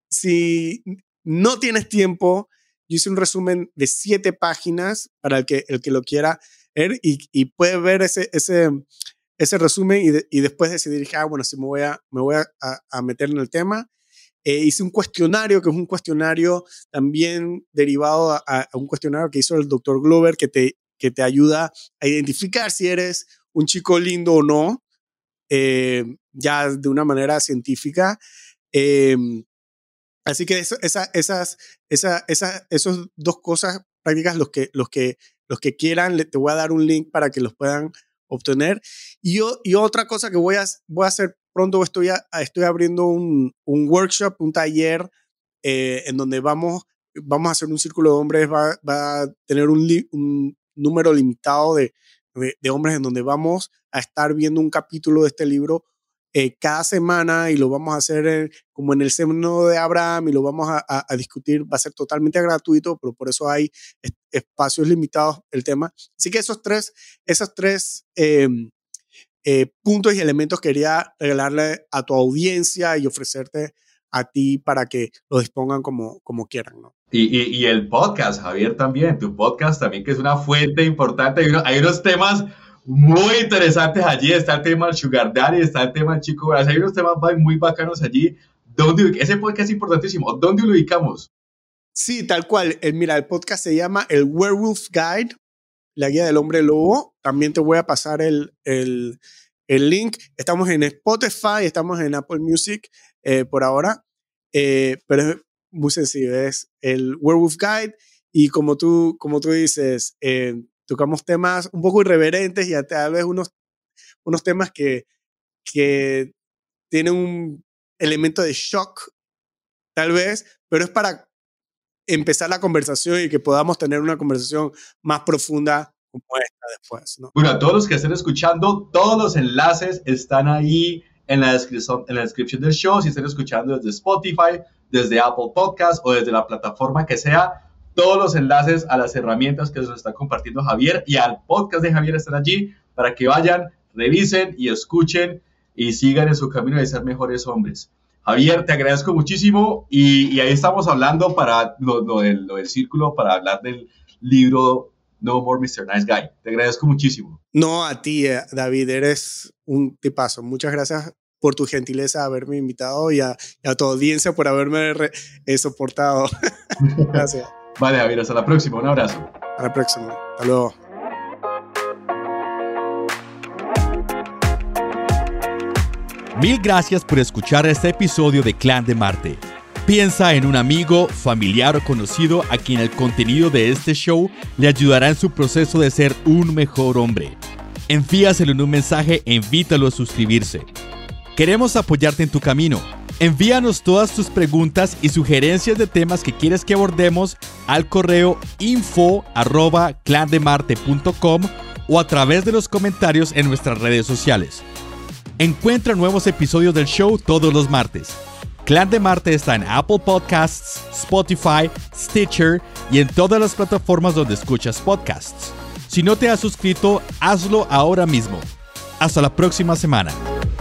si no tienes tiempo, yo hice un resumen de siete páginas para el que, el que lo quiera ver y, y puede ver ese... ese ese resumen y, de, y después decidir, ah, bueno, sí me voy a, me voy a, a meter en el tema. Eh, hice un cuestionario, que es un cuestionario también derivado a, a un cuestionario que hizo el doctor Glover, que te, que te ayuda a identificar si eres un chico lindo o no, eh, ya de una manera científica. Eh, así que eso, esa, esas, esa, esa, esas dos cosas prácticas, los que, los que, los que quieran, le, te voy a dar un link para que los puedan obtener. Y, yo, y otra cosa que voy a, voy a hacer pronto, estoy, a, estoy abriendo un, un workshop, un taller eh, en donde vamos, vamos a hacer un círculo de hombres, va, va a tener un, li, un número limitado de, de, de hombres en donde vamos a estar viendo un capítulo de este libro eh, cada semana y lo vamos a hacer en, como en el seno de Abraham y lo vamos a, a, a discutir. Va a ser totalmente gratuito, pero por eso hay est- espacios limitados el tema. Así que esos tres, esos tres eh, eh, puntos y elementos quería regalarle a tu audiencia y ofrecerte a ti para que lo dispongan como, como quieran, ¿no? Y, y, y el podcast, Javier, también, tu podcast también, que es una fuente importante. Hay, uno, hay unos temas muy interesantes allí. Está el tema del Sugar Daddy, está el tema del Chico Brasil. Hay unos temas muy bacanos allí. ¿Dónde, ese podcast es importantísimo. ¿Dónde lo ubicamos? Sí, tal cual. El, mira, el podcast se llama El Werewolf Guide, la guía del hombre lobo. También te voy a pasar el, el, el link. Estamos en Spotify, estamos en Apple Music eh, por ahora, eh, pero es muy sencillo. Es el Werewolf Guide y como tú, como tú dices, eh, tocamos temas un poco irreverentes y tal vez unos, unos temas que, que tienen un elemento de shock, tal vez, pero es para empezar la conversación y que podamos tener una conversación más profunda como esta después, ¿no? Bueno, a todos los que estén escuchando, todos los enlaces están ahí en la descripción, en la descripción del show. Si están escuchando desde Spotify, desde Apple Podcast o desde la plataforma que sea, todos los enlaces a las herramientas que nos está compartiendo Javier y al podcast de Javier están allí para que vayan, revisen y escuchen y sigan en su camino de ser mejores hombres. Javier, te agradezco muchísimo y, y ahí estamos hablando para lo, lo, del, lo del círculo, para hablar del libro No More mister Nice Guy. Te agradezco muchísimo. No, a ti, David, eres un tipazo. Muchas gracias por tu gentileza de haberme invitado y a, y a tu audiencia por haberme re, eh, soportado. Gracias. Vale, Javier, hasta la próxima. Un abrazo. Hasta la próxima. Hasta luego. Mil gracias por escuchar este episodio de Clan de Marte. Piensa en un amigo, familiar o conocido a quien el contenido de este show le ayudará en su proceso de ser un mejor hombre. Envíaselo en un mensaje e invítalo a suscribirse. Queremos apoyarte en tu camino. Envíanos todas tus preguntas y sugerencias de temas que quieres que abordemos al correo info arroba clandemarte punto com o a través de los comentarios en nuestras redes sociales. Encuentra nuevos episodios del show todos los martes. Clan de Marte está en Apple Podcasts, Spotify, Stitcher y en todas las plataformas donde escuchas podcasts. Si no te has suscrito, hazlo ahora mismo. Hasta la próxima semana.